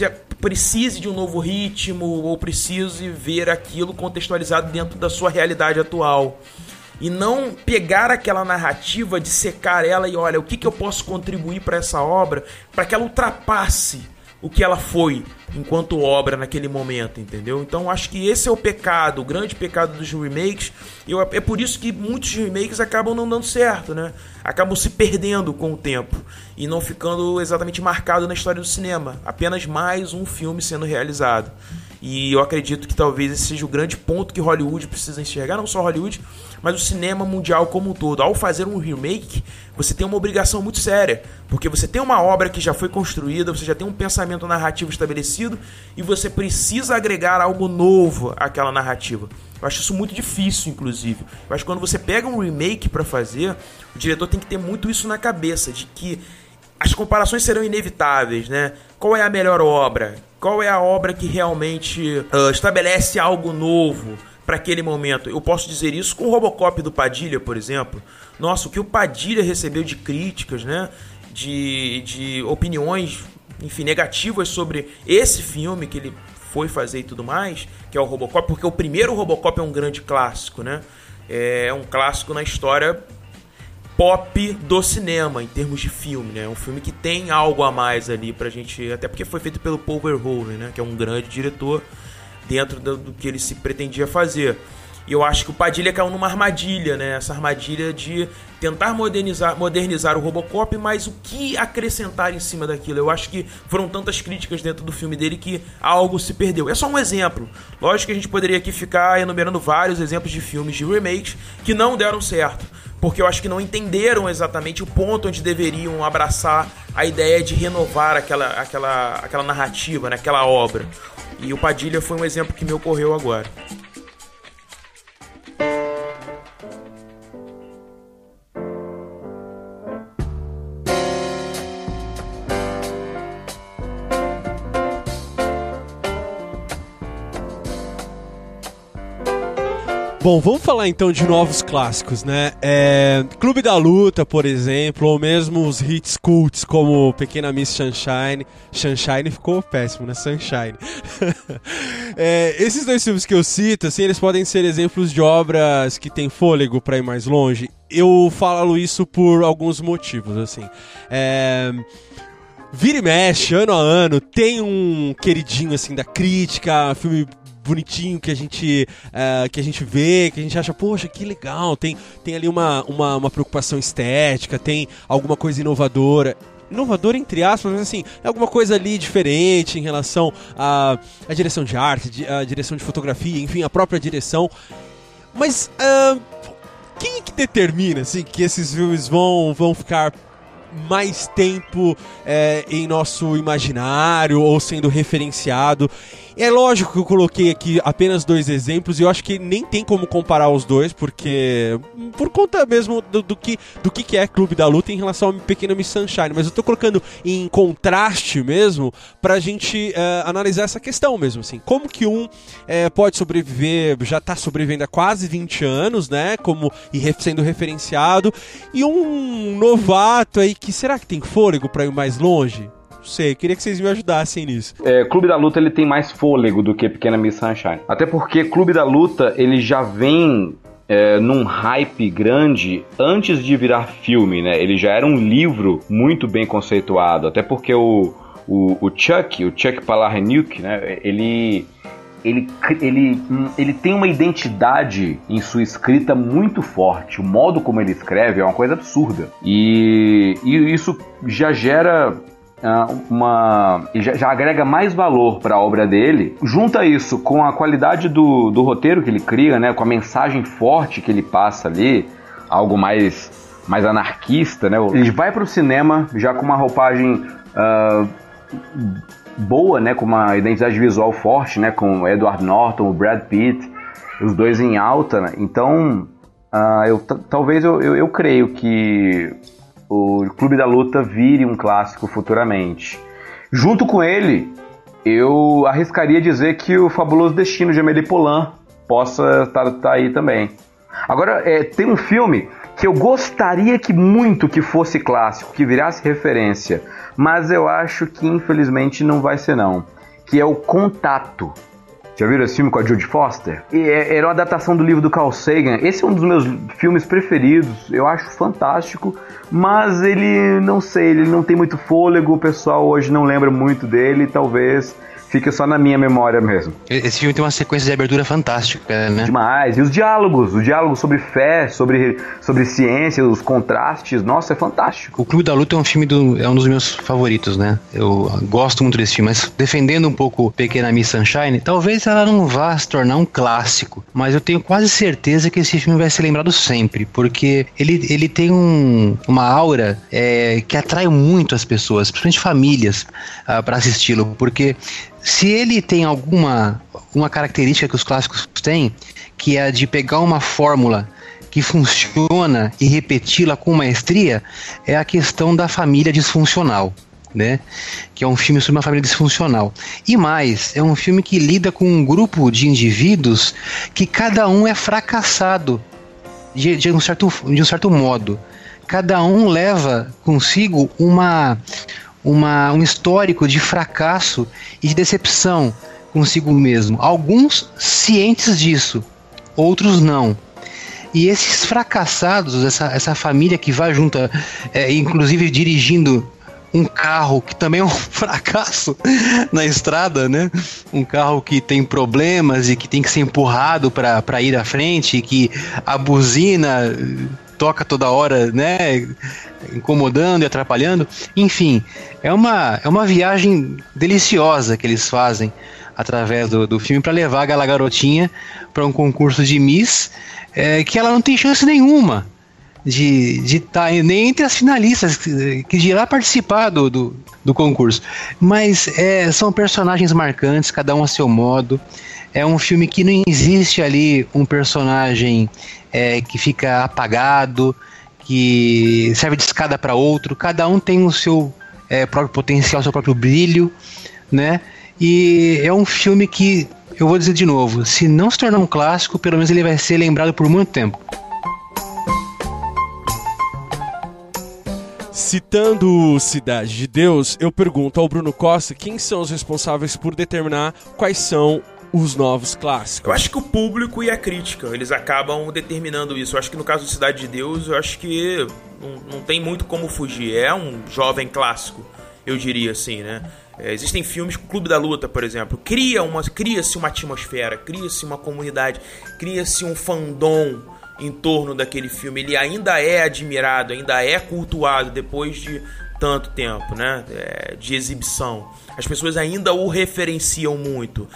precise de um novo ritmo ou precise ver aquilo contextualizado dentro da sua realidade atual. E não pegar aquela narrativa, dissecar ela e olha, o que, que eu posso contribuir para essa obra para que ela ultrapasse o que ela foi enquanto obra naquele momento, entendeu? Então acho que esse é o pecado, o grande pecado dos remakes. E eu, é por isso que muitos remakes acabam não dando certo, né? Acabam se perdendo com o tempo e não ficando exatamente marcado na história do cinema. Apenas mais um filme sendo realizado. E eu acredito que talvez esse seja o grande ponto que Hollywood precisa enxergar, não só Hollywood, mas o cinema mundial como um todo. Ao fazer um remake, você tem uma obrigação muito séria, porque você tem uma obra que já foi construída, você já tem um pensamento narrativo estabelecido e você precisa agregar algo novo àquela narrativa. Eu acho isso muito difícil, inclusive. Eu acho que quando você pega um remake para fazer, o diretor tem que ter muito isso na cabeça, de que as comparações serão inevitáveis, né? Qual é a melhor obra? Qual é a obra que realmente uh, estabelece algo novo para aquele momento? Eu posso dizer isso com o Robocop do Padilha, por exemplo. Nossa, o que o Padilha recebeu de críticas, né? De, de opiniões, enfim, negativas sobre esse filme que ele foi fazer e tudo mais, que é o Robocop, porque o primeiro Robocop é um grande clássico, né? É um clássico na história pop do cinema, em termos de filme, né? É um filme que tem algo a mais ali pra gente, até porque foi feito pelo Paul Verhoeven, né? Que é um grande diretor dentro do, do que ele se pretendia fazer. E eu acho que o Padilha caiu numa armadilha, né? Essa armadilha de tentar modernizar, modernizar o Robocop, mas o que acrescentar em cima daquilo? Eu acho que foram tantas críticas dentro do filme dele que algo se perdeu. É só um exemplo. Lógico que a gente poderia aqui ficar enumerando vários exemplos de filmes de remakes que não deram certo, porque eu acho que não entenderam exatamente o ponto onde deveriam abraçar a ideia de renovar aquela, aquela, aquela narrativa, né? Aquela obra. E o Padilha foi um exemplo que me ocorreu agora. Bom, vamos falar então de novos clássicos, né? É, Clube da Luta, por exemplo, ou mesmo os hits cults como Pequena Miss Sunshine. Sunshine ficou péssimo, né? Sunshine. é, esses dois filmes que eu cito, assim, eles podem ser exemplos de obras que têm fôlego para ir mais longe. Eu falo isso por alguns motivos, assim. É... Vira e mexe, ano a ano, tem um queridinho, assim, da crítica, filme bonitinho que a gente uh, que a gente vê, que a gente acha, poxa, que legal, tem, tem ali uma, uma, uma preocupação estética, tem alguma coisa inovadora. Inovador entre aspas, mas assim, é alguma coisa ali diferente em relação à, à direção de arte, à direção de fotografia, enfim, a própria direção. Mas uh, quem é que determina assim, que esses filmes vão, vão ficar mais tempo é, em nosso imaginário ou sendo referenciado? É lógico que eu coloquei aqui apenas dois exemplos e eu acho que nem tem como comparar os dois, porque por conta mesmo do, do, que, do que é Clube da Luta em relação a Pequena Miss Sunshine, mas eu tô colocando em contraste mesmo pra gente uh, analisar essa questão mesmo, assim, como que um uh, pode sobreviver, já tá sobrevivendo há quase vinte anos, né, como, e re, sendo referenciado, e um novato aí que será que tem fôlego pra ir mais longe? Sei, queria que vocês me ajudassem nisso. É, Clube da Luta ele tem mais fôlego do que Pequena Miss Sunshine. Até porque Clube da Luta ele já vem é, num hype grande antes de virar filme, né? Ele já era um livro muito bem conceituado. Até porque o, o, o Chuck, o Chuck Palahniuk, né? Ele, ele, ele, ele tem uma identidade em sua escrita muito forte. O modo como ele escreve é uma coisa absurda. E, e isso já gera... Uma, já, já agrega mais valor para a obra dele. Junta isso com a qualidade do, do roteiro que ele cria, né, com a mensagem forte que ele passa ali, algo mais, mais anarquista, né? Ele vai para o cinema já com uma roupagem uh, boa, né, com uma identidade visual forte, né, com o Edward Norton, o Brad Pitt, os dois em alta, né? Então uh, eu, t- talvez eu, eu, eu creio que o Clube da Luta vire um clássico futuramente. Junto com ele, eu arriscaria dizer que o Fabuloso Destino de Amélie Poulain possa estar tá, tá aí também. Agora, é, tem um filme que eu gostaria que muito que fosse clássico, que virasse referência, mas eu acho que infelizmente não vai ser não. que é o Contato. Já viram esse filme com a Jodie Foster? E é, era uma adaptação do livro do Carl Sagan. Esse é um dos meus filmes preferidos. Eu acho fantástico, mas ele, não sei, ele não tem muito fôlego. O pessoal hoje não lembra muito dele. Talvez fica só na minha memória mesmo. Esse filme tem uma sequência de abertura fantástica, né? Demais. E os diálogos, os diálogos sobre fé, sobre, sobre ciência, os contrastes, nossa, é fantástico. O Clube da Luta é um filme do, é um dos meus favoritos, né? Eu gosto muito desse filme, mas defendendo um pouco Pequena Miss Sunshine, talvez ela não vá se tornar um clássico, mas eu tenho quase certeza que esse filme vai ser lembrado sempre, porque ele, ele tem um, uma aura é, que atrai muito as pessoas, principalmente famílias, uh, para assisti-lo, porque se ele tem alguma uma característica que os clássicos têm, que é a de pegar uma fórmula que funciona e repeti-la com maestria, é a questão da família disfuncional, né? Que é um filme sobre uma família disfuncional. E mais, é um filme que lida com um grupo de indivíduos que cada um é fracassado de, de, um, certo, de um certo modo. Cada um leva consigo uma... Uma, um histórico de fracasso e de decepção consigo mesmo. Alguns cientes disso, outros não. E esses fracassados, essa, essa família que vai junto, é, inclusive dirigindo um carro que também é um fracasso na estrada, né? Um carro que tem problemas e que tem que ser empurrado para ir à frente, e que a buzina toca toda hora, né? Incomodando e atrapalhando. Enfim, é uma, é uma viagem deliciosa que eles fazem através do, do filme para levar aquela garotinha para um concurso de Miss, é, que ela não tem chance nenhuma de estar tá, nem entre as finalistas, que, que de ir lá participar do, do, do concurso. Mas é, são personagens marcantes, cada um a seu modo. É um filme que não existe ali um personagem é, que fica apagado, que serve de escada para outro. Cada um tem o seu é, próprio potencial, o seu próprio brilho, né? E é um filme que, eu vou dizer de novo, se não se tornar um clássico, pelo menos ele vai ser lembrado por muito tempo. Citando Cidade de Deus, eu pergunto ao Bruno Costa quem são os responsáveis por determinar quais são os novos clássicos. Eu acho que o público e a crítica, eles acabam determinando isso. Eu acho que no caso de Cidade de Deus, eu acho que não, não tem muito como fugir. É um jovem clássico, eu diria assim, né? É, existem filmes, o Clube da Luta, por exemplo, cria uma, cria-se uma atmosfera, cria-se uma comunidade, cria-se um fandom em torno daquele filme. Ele ainda é admirado, ainda é cultuado depois de tanto tempo, né, é, de exibição. As pessoas ainda o referenciam muito.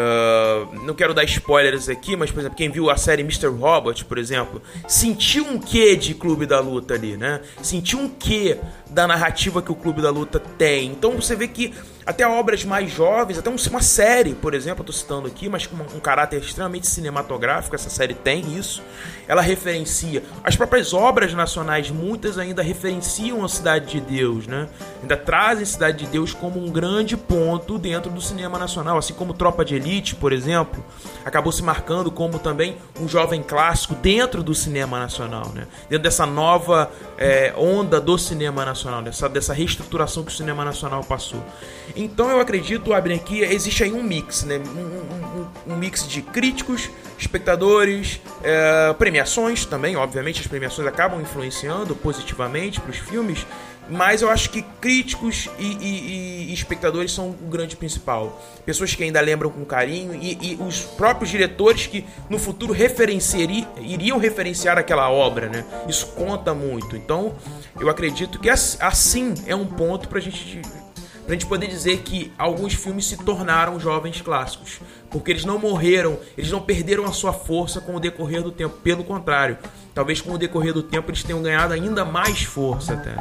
Uh, não quero dar spoilers aqui, mas, por exemplo, quem viu a série mister Robot, por exemplo, sentiu um quê de Clube da Luta ali, né? Sentiu um quê da narrativa que o Clube da Luta tem. Então você vê que até obras mais jovens, até uma série, por exemplo, eu tô citando aqui, mas com um caráter extremamente cinematográfico, essa série tem isso, ela referencia. As próprias obras nacionais, muitas ainda referenciam a Cidade de Deus, né? Ainda trazem Cidade de Deus como um grande ponto dentro do cinema nacional, assim como Tropa de Elite, por exemplo, acabou se marcando como também um jovem clássico dentro do cinema nacional, né? Dentro dessa nova é, onda do cinema nacional, dessa, dessa reestruturação que o cinema nacional passou. Então eu acredito, Abner, que existe aí um mix, né? um, um, um mix de críticos, espectadores, é, premiações também, obviamente as premiações acabam influenciando positivamente para os filmes, mas eu acho que críticos e, e, e espectadores são o grande principal. Pessoas que ainda lembram com carinho e, e os próprios diretores que no futuro referenciari, iriam referenciar aquela obra, né? Isso conta muito. Então eu acredito que assim é um ponto para a gente... pra gente poder dizer que alguns filmes se tornaram jovens clássicos, porque eles não morreram, eles não perderam a sua força com o decorrer do tempo, pelo contrário, talvez com o decorrer do tempo eles tenham ganhado ainda mais força até.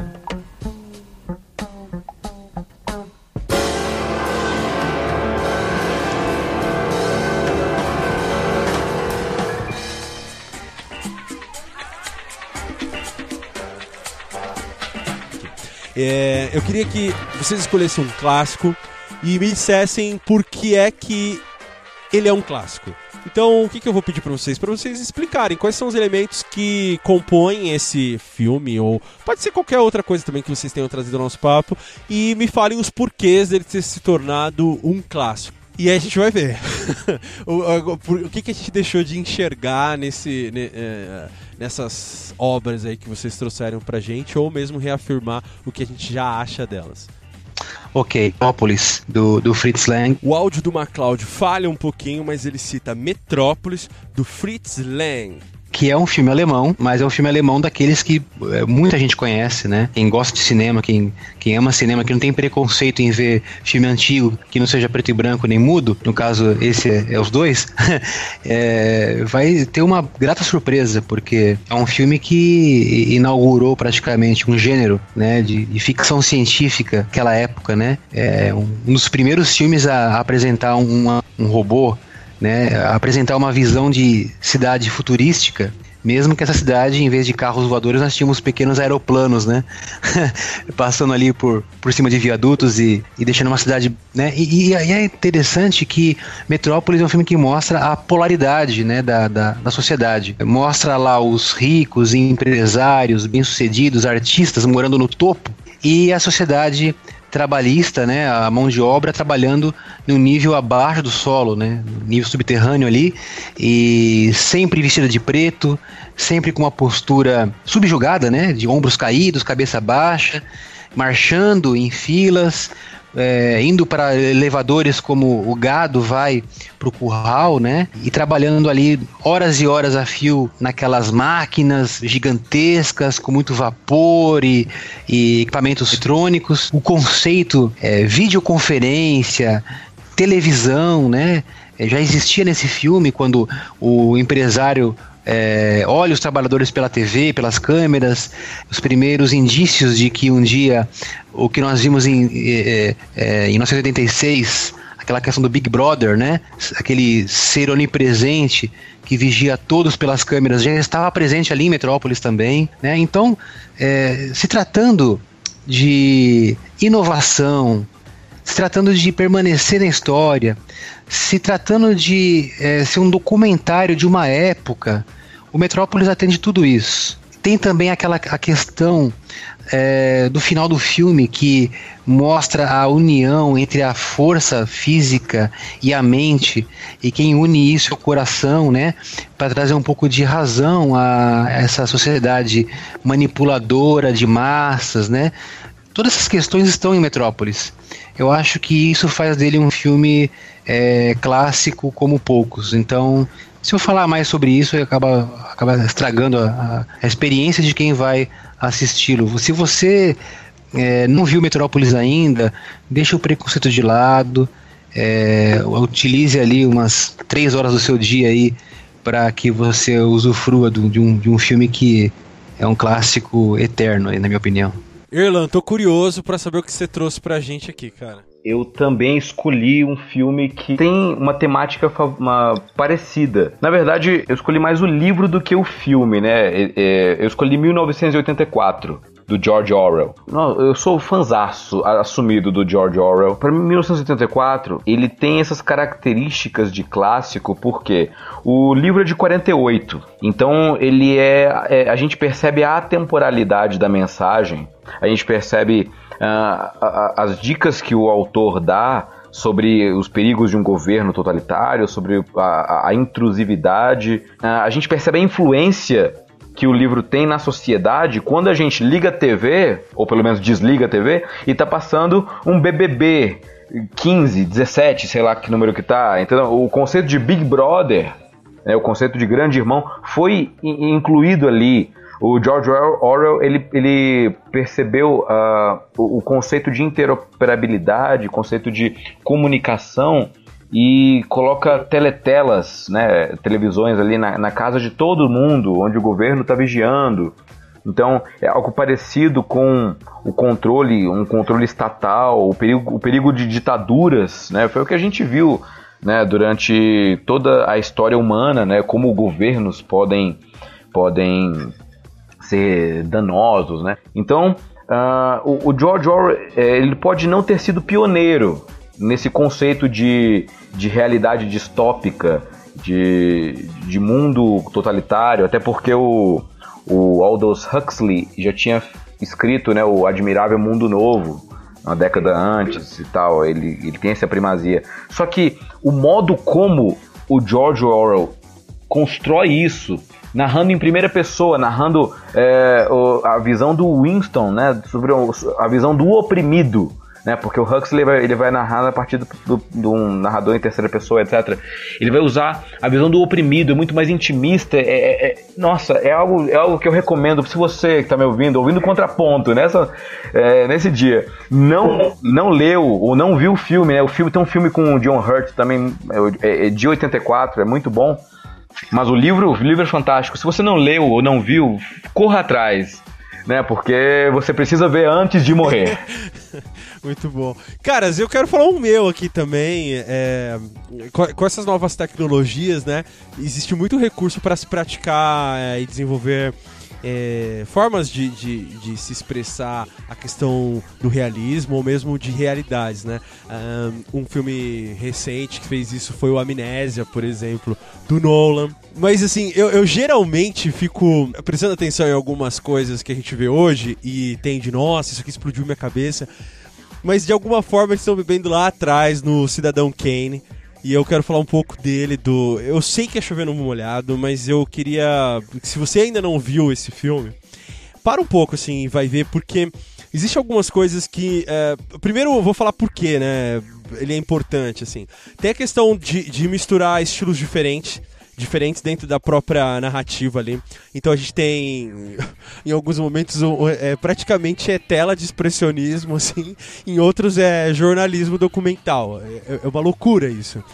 É, eu queria que vocês escolhessem um clássico e me dissessem por que é que ele é um clássico. Então, o que, que eu vou pedir pra vocês? Pra vocês explicarem quais são os elementos que compõem esse filme, ou pode ser qualquer outra coisa também que vocês tenham trazido ao nosso papo, e me falem os porquês dele ter se tornado um clássico. E aí a gente vai ver o, o, o que, que a gente deixou de enxergar nesse, ne, é, nessas obras aí que vocês trouxeram pra gente, ou mesmo reafirmar o que a gente já acha delas. Ok, Metrópolis, do, do Fritz Lang. O áudio do MacLeod falha um pouquinho, mas ele cita Metrópolis, do Fritz Lang. Que é um filme alemão, mas é um filme alemão daqueles que é, muita gente conhece, né? Quem gosta de cinema, quem, quem ama cinema, que não tem preconceito em ver filme antigo, que não seja preto e branco nem mudo, no caso esse é, é os dois, é, vai ter uma grata surpresa, porque é um filme que inaugurou praticamente um gênero, né, de, de ficção científica naquela época, né? É um, um dos primeiros filmes a, a apresentar um, um robô, né, apresentar uma visão de cidade futurística, mesmo que essa cidade, em vez de carros voadores, nós tínhamos pequenos aeroplanos, né, passando ali por, por cima de viadutos e, e deixando uma cidade, né, e, e é interessante que Metrópolis é um filme que mostra a polaridade, né, da, da, da sociedade, mostra lá os ricos, empresários, bem-sucedidos, artistas morando no topo, e a sociedade trabalhista, né, a mão de obra trabalhando no nível abaixo do solo, né, no nível subterrâneo ali, e sempre vestida de preto, sempre com uma postura subjugada, né, de ombros caídos, cabeça baixa, marchando em filas, é, indo para elevadores como o gado vai para o curral, né? E trabalhando ali horas e horas a fio naquelas máquinas gigantescas com muito vapor e, e equipamentos eletrônicos. O conceito é videoconferência, televisão, né? Já existia nesse filme quando o empresário É, olha os trabalhadores pela T V, pelas câmeras, os primeiros indícios de que um dia o que nós vimos em, é, é, em mil novecentos e oitenta e seis, aquela questão do Big Brother, né? Aquele ser onipresente que vigia todos pelas câmeras, já estava presente ali em Metrópolis também, né? Então, é, se tratando de inovação, se tratando de permanecer na história, se tratando de é, ser um documentário de uma época, o Metrópolis atende tudo isso. Tem também aquela a questão é, do final do filme que mostra a união entre a força física e a mente, e quem une isso é o coração, né, para trazer um pouco de razão a essa sociedade manipuladora de massas, né. Todas essas questões estão em Metrópolis. Eu acho que isso faz dele um filme é, clássico como poucos. Então, se eu falar mais sobre isso, acaba, acaba estragando a, a experiência de quem vai assisti-lo. Se você é, não viu Metrópolis ainda, deixa o preconceito de lado, é, utilize ali umas três horas do seu dia aí para que você usufrua do, de, um, de um filme que é um clássico eterno, aí, na minha opinião. Erlan, tô curioso pra saber o que você trouxe pra gente aqui, cara. Eu também escolhi um filme que tem uma temática uma, parecida. Na verdade, eu escolhi mais o livro do que o filme, né? É, é, eu escolhi mil novecentos e oitenta e quatro, do George Orwell. Não, eu sou fãzaço assumido do George Orwell. Para mim, mil novecentos e oitenta e quatro, ele tem essas características de clássico, porque o livro é de quarenta e oito. Então, ele é, é a gente percebe a atemporalidade da mensagem. A gente percebe uh, a, a, as dicas que o autor dá sobre os perigos de um governo totalitário, sobre a, a intrusividade. Uh, a gente percebe a influência que o livro tem na sociedade quando a gente liga a T V, ou pelo menos desliga a T V, e tá passando um B B B quinze, dezessete, sei lá que número que tá. Então, o conceito de Big Brother, né, o conceito de grande irmão, foi incluído ali. O George Orwell, ele, ele percebeu uh, o, o conceito de interoperabilidade, o conceito de comunicação, e coloca teletelas, né, televisões ali na, na casa de todo mundo, onde o governo está vigiando. Então, é algo parecido com o controle, um controle estatal, o perigo, o perigo de ditaduras, né, foi o que a gente viu, né, durante toda a história humana, né, como governos podem... podem ser danosos, né? Então, uh, o, o George Orwell, ele pode não ter sido pioneiro nesse conceito de, de realidade distópica de, de mundo totalitário, até porque o, o Aldous Huxley já tinha escrito, né, o Admirável Mundo Novo, uma década antes e tal, ele, ele tem essa primazia. Só que o modo como o George Orwell constrói isso, narrando em primeira pessoa, narrando é, a visão do Winston, né, sobre a visão do oprimido, né, porque o Huxley vai, ele vai narrar a partir de do, do um narrador em terceira pessoa, etcétera. Ele vai usar a visão do oprimido, é muito mais intimista. É, é, é, nossa, é algo, é algo que eu recomendo. Se você que está me ouvindo, ouvindo Contraponto nessa, é, nesse dia, não, não leu ou não viu o filme, né? O filme tem um filme com o John Hurt também, é, é de oitenta e quatro, é muito bom. Mas o livro, o livro é fantástico. Se você não leu ou não viu, corra atrás, né? Porque você precisa ver antes de morrer. Muito bom. Caras, eu quero falar um meu aqui também. É, com, com essas novas tecnologias, né? Existe muito recurso para se praticar é, e desenvolver é, formas de, de, de se expressar a questão do realismo ou mesmo de realidades, né? Um, um filme recente que fez isso foi o Amnésia, por exemplo, do Nolan. Mas assim, eu, eu geralmente fico prestando atenção em algumas coisas que a gente vê hoje e tem de, nossa, isso aqui explodiu minha cabeça. Mas de alguma forma eles estão bebendo lá atrás no Cidadão Kane. E eu quero falar um pouco dele, do... Eu sei que é chovendo molhado, mas eu queria... Se você ainda não viu esse filme, para um pouco, assim, e vai ver, porque existem algumas coisas que... É... Primeiro eu vou falar por quê, né? Ele é importante, assim. Tem a questão de, de misturar estilos diferentes. diferentes dentro da própria narrativa ali. Então a gente tem, em alguns momentos, é, praticamente é tela de expressionismo, assim, em outros é jornalismo documental. É, é uma loucura isso.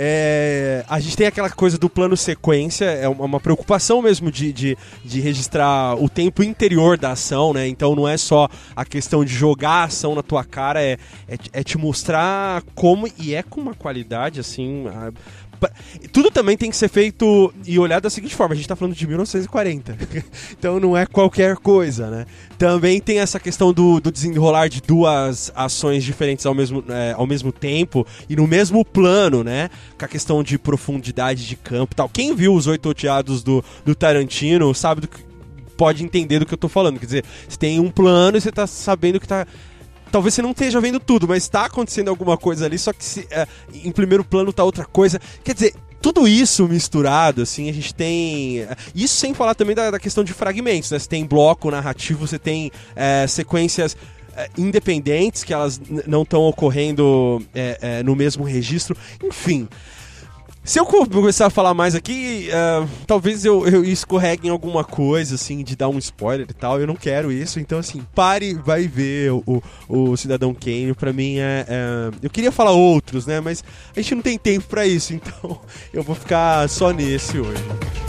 É, a gente tem aquela coisa do plano sequência, é uma, uma preocupação mesmo de, de, de registrar o tempo interior da ação, né? Então não é só a questão de jogar a ação na tua cara, é, é, é te mostrar como, e é com uma qualidade, assim... A, tudo também tem que ser feito e olhado da seguinte forma, a gente tá falando de mil novecentos e quarenta, então não é qualquer coisa, né? Também tem essa questão do, do desenrolar de duas ações diferentes ao mesmo, é, ao mesmo tempo e no mesmo plano, né? Com a questão de profundidade de campo e tal. Quem viu Os Oito Odiados do, do Tarantino sabe do que, pode entender do que eu tô falando, quer dizer, você tem um plano e você tá sabendo que tá... Talvez você não esteja vendo tudo, mas está acontecendo alguma coisa ali, só que se, é, em primeiro plano tá outra coisa. Quer dizer, tudo isso misturado, assim, a gente tem... Isso sem falar também da, da questão de fragmentos, né? Você tem bloco narrativo, você tem é, sequências é, independentes, que elas n- não estão ocorrendo é, é, no mesmo registro. Enfim... Se eu começar a falar mais aqui, uh, talvez eu, eu escorregue em alguma coisa, assim, de dar um spoiler e tal. Eu não quero isso, então, assim, pare, vai ver o, o, o Cidadão Kane. Pra mim, é, é... Eu queria falar outros, né? Mas a gente não tem tempo pra isso, então eu vou ficar só nesse hoje.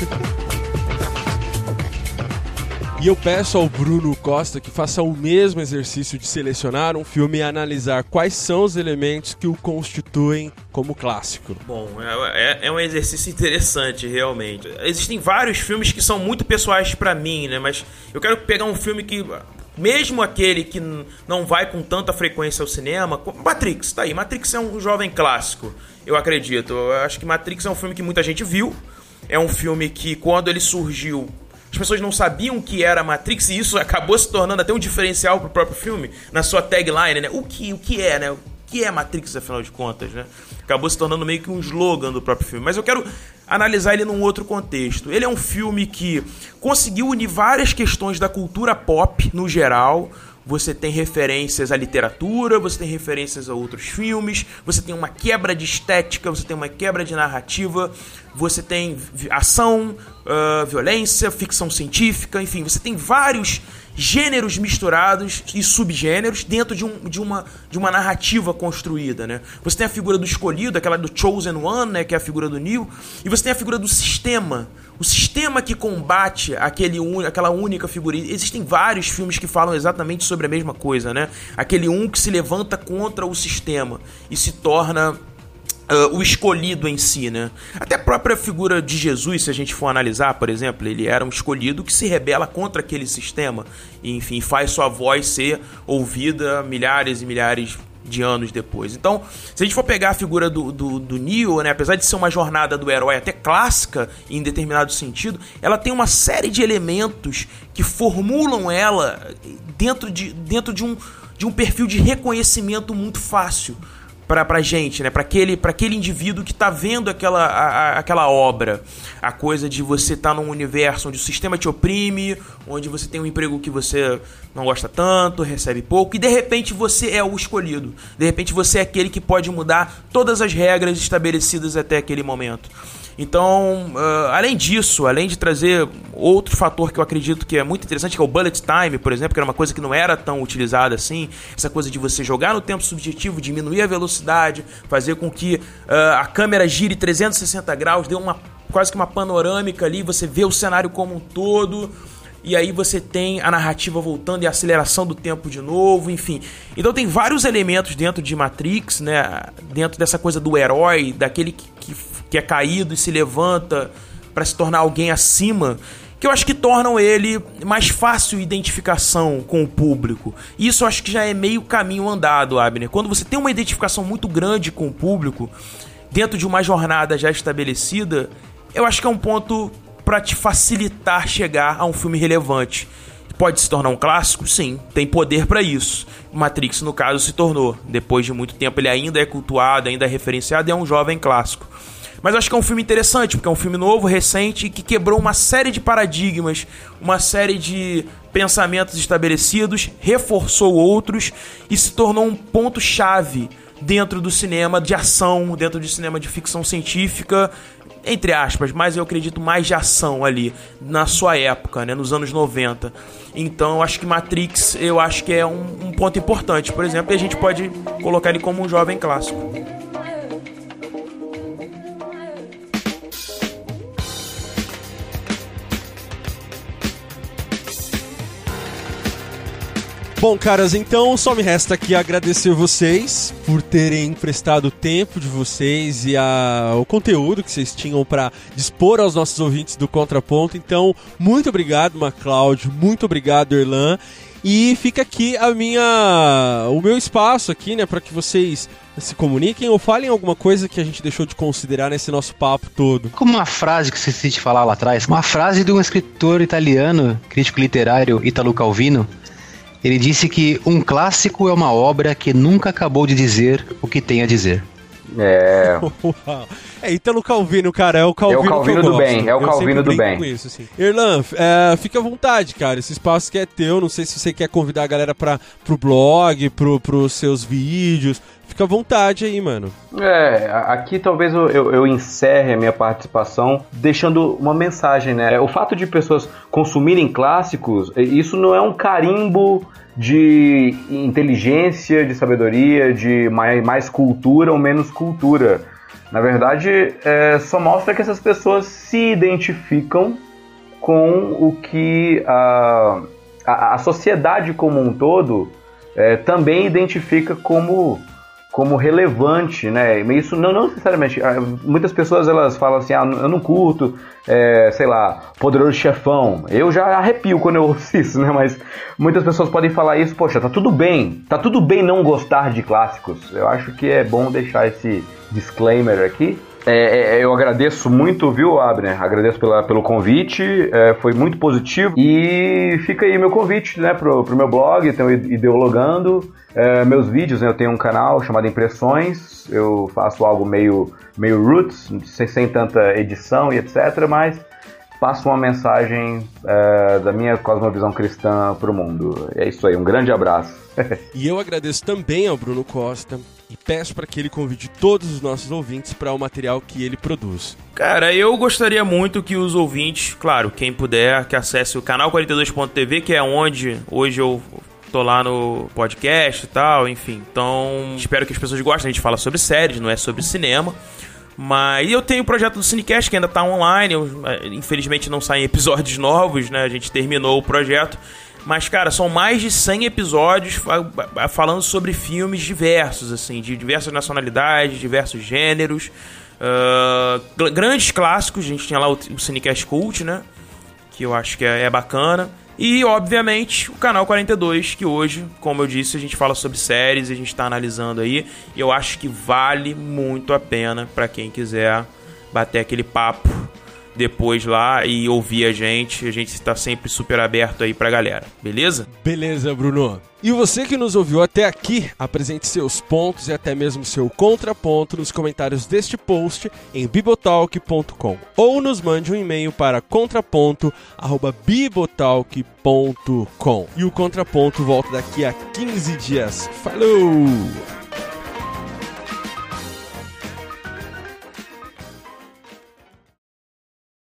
E eu peço ao Bruno Costa que faça o mesmo exercício de selecionar um filme e analisar quais são os elementos que o constituem como clássico. Bom, é, é um exercício interessante, realmente. Existem vários filmes que são muito pessoais pra mim, né? Mas eu quero pegar um filme que, mesmo aquele que não vai com tanta frequência ao cinema... Matrix, tá aí. Matrix é um jovem clássico, eu acredito. Eu acho que Matrix é um filme que muita gente viu. É um filme que, quando ele surgiu... As pessoas não sabiam o que era Matrix e isso acabou se tornando até um diferencial pro próprio filme, na sua tagline, né? O que, o que é, né? O que é Matrix, afinal de contas, né? Acabou se tornando meio que um slogan do próprio filme. Mas eu quero analisar ele num outro contexto. Ele é um filme que conseguiu unir várias questões da cultura pop, no geral. Você tem referências à literatura, você tem referências a outros filmes, você tem uma quebra de estética, você tem uma quebra de narrativa, você tem ação, uh, violência, ficção científica, enfim, você tem vários gêneros misturados e subgêneros dentro de, um, de, uma, de uma narrativa construída, né? Você tem a figura do escolhido, aquela do Chosen One, né, que é a figura do Neo, e você tem a figura do sistema, o sistema que combate aquele un, aquela única figura. Existem vários filmes que falam exatamente sobre a mesma coisa, né? Aquele um que se levanta contra o sistema e se torna... Uh, o escolhido em si, né? Até a própria figura de Jesus, se a gente for analisar, por exemplo, ele era um escolhido que se rebela contra aquele sistema e, enfim, faz sua voz ser ouvida milhares e milhares de anos depois. Então, se a gente for pegar a figura do, do, do Neo, né, apesar de ser uma jornada do herói até clássica em determinado sentido, ela tem uma série de elementos que formulam ela dentro de, dentro de, um, de um perfil de reconhecimento muito fácil pra, pra gente, né? Pra aquele, pra aquele indivíduo que tá vendo aquela, a, a, aquela obra. A coisa de você estar tá num universo onde o sistema te oprime, onde você tem um emprego que você não gosta tanto, recebe pouco, e de repente você é o escolhido. De repente você é aquele que pode mudar todas as regras estabelecidas até aquele momento. Então, uh, além disso, além de trazer outro fator que eu acredito que é muito interessante, que é o bullet time, por exemplo, que era uma coisa que não era tão utilizada assim, essa coisa de você jogar no tempo subjetivo, diminuir a velocidade, fazer com que uh, a câmera gire trezentos e sessenta graus, dê uma, quase que uma panorâmica ali, você vê o cenário como um todo, e aí você tem a narrativa voltando e a aceleração do tempo de novo, enfim. Então tem vários elementos dentro de Matrix, né, dentro dessa coisa do herói, daquele que, que que é caído e se levanta para se tornar alguém acima, que eu acho que tornam ele mais fácil identificação com o público. E isso eu acho que já é meio caminho andado, Abner. Quando você tem uma identificação muito grande com o público, dentro de uma jornada já estabelecida, eu acho que é um ponto para te facilitar chegar a um filme relevante. Pode se tornar um clássico? Sim, tem poder para isso. Matrix, no caso, se tornou. Depois de muito tempo, ele ainda é cultuado, ainda é referenciado e é um jovem clássico. Mas eu acho que é um filme interessante, porque é um filme novo, recente, que quebrou uma série de paradigmas, uma série de pensamentos estabelecidos, reforçou outros e se tornou um ponto-chave dentro do cinema de ação, dentro do cinema de ficção científica, entre aspas, mas eu acredito mais de ação ali, na sua época, né, nos anos noventa. Então eu acho que Matrix, eu acho que é um, um ponto importante, por exemplo, e a gente pode colocar ele como um jovem clássico. Bom, caras, então só me resta aqui agradecer vocês por terem emprestado o tempo de vocês e a, o conteúdo que vocês tinham para dispor aos nossos ouvintes do Contraponto. Então, muito obrigado, MacLeod, muito obrigado, Erlan. E fica aqui a minha, o meu espaço aqui, né, para que vocês se comuniquem ou falem alguma coisa que a gente deixou de considerar nesse nosso papo todo. Como uma frase que você decide falar lá atrás, uma frase de um escritor italiano, crítico literário, Italo Calvino. Ele disse que um clássico é uma obra que nunca acabou de dizer o que tem a dizer. É. É Italo Calvino, cara. É o Calvino, é o Calvino do gosto. bem. É o eu Calvino do bem. Com isso, assim. Erlan, é, fica à vontade, cara. Esse espaço que é teu. Não sei se você quer convidar a galera pra, pro blog, pro, pros seus vídeos. Fica à vontade aí, mano. É, aqui talvez eu, eu, eu encerre a minha participação deixando uma mensagem, né? O fato de pessoas consumirem clássicos, isso não é um carimbo de inteligência, de sabedoria, de mais, mais cultura ou menos cultura. Na verdade, é, só mostra que essas pessoas se identificam com o que a, a, a sociedade como um todo é, também identifica como... como relevante, né? Isso não, não necessariamente. Muitas pessoas elas falam assim, ah, eu não curto, é, sei lá, Poderoso Chefão. Eu já arrepio quando eu ouço isso, né? Mas muitas pessoas podem falar isso, poxa, tá tudo bem, tá tudo bem não gostar de clássicos. Eu acho que é bom deixar esse disclaimer aqui. É, é, eu agradeço muito, viu, Abner? Agradeço pela, pelo convite, é, foi muito positivo. E fica aí meu convite, né, pro, pro meu blog, tem o Ideologando, é, meus vídeos, né, eu tenho um canal chamado Impressões, eu faço algo meio, meio roots, sem, sem tanta edição e etcétera, mas passo uma mensagem é, da minha cosmovisão cristã pro mundo. É isso aí, um grande abraço. E eu agradeço também ao Bruno Costa e peço para que ele convide todos os nossos ouvintes para o material que ele produz. Cara, eu gostaria muito que os ouvintes, claro, quem puder, que acesse o canal quarenta e dois ponto t v, que é onde hoje eu tô lá no podcast e tal, enfim. Então, espero que as pessoas gostem. A gente fala sobre séries, não é sobre cinema. Mas eu tenho o projeto do Cinecast, que ainda tá online. Eu, infelizmente não saem episódios novos, né? A gente terminou o projeto. Mas, cara, são mais de cem episódios falando sobre filmes diversos, assim, de diversas nacionalidades, diversos gêneros. Uh, grandes clássicos, a gente tinha lá o, o Cinecast Cult, né? Que eu acho que é, é bacana. E, obviamente, o Canal quarenta e dois, que hoje, como eu disse, a gente fala sobre séries, a gente está analisando aí, e eu acho que vale muito a pena para quem quiser bater aquele papo depois lá e ouvir a gente. A gente está sempre super aberto aí pra galera, beleza? Beleza, Bruno. E você que nos ouviu até aqui, apresente seus pontos e até mesmo seu contraponto nos comentários deste post em bibotalk ponto com ou nos mande um e-mail para contraponto arroba bibotalk ponto com. E o Contraponto volta daqui a quinze dias. Falou!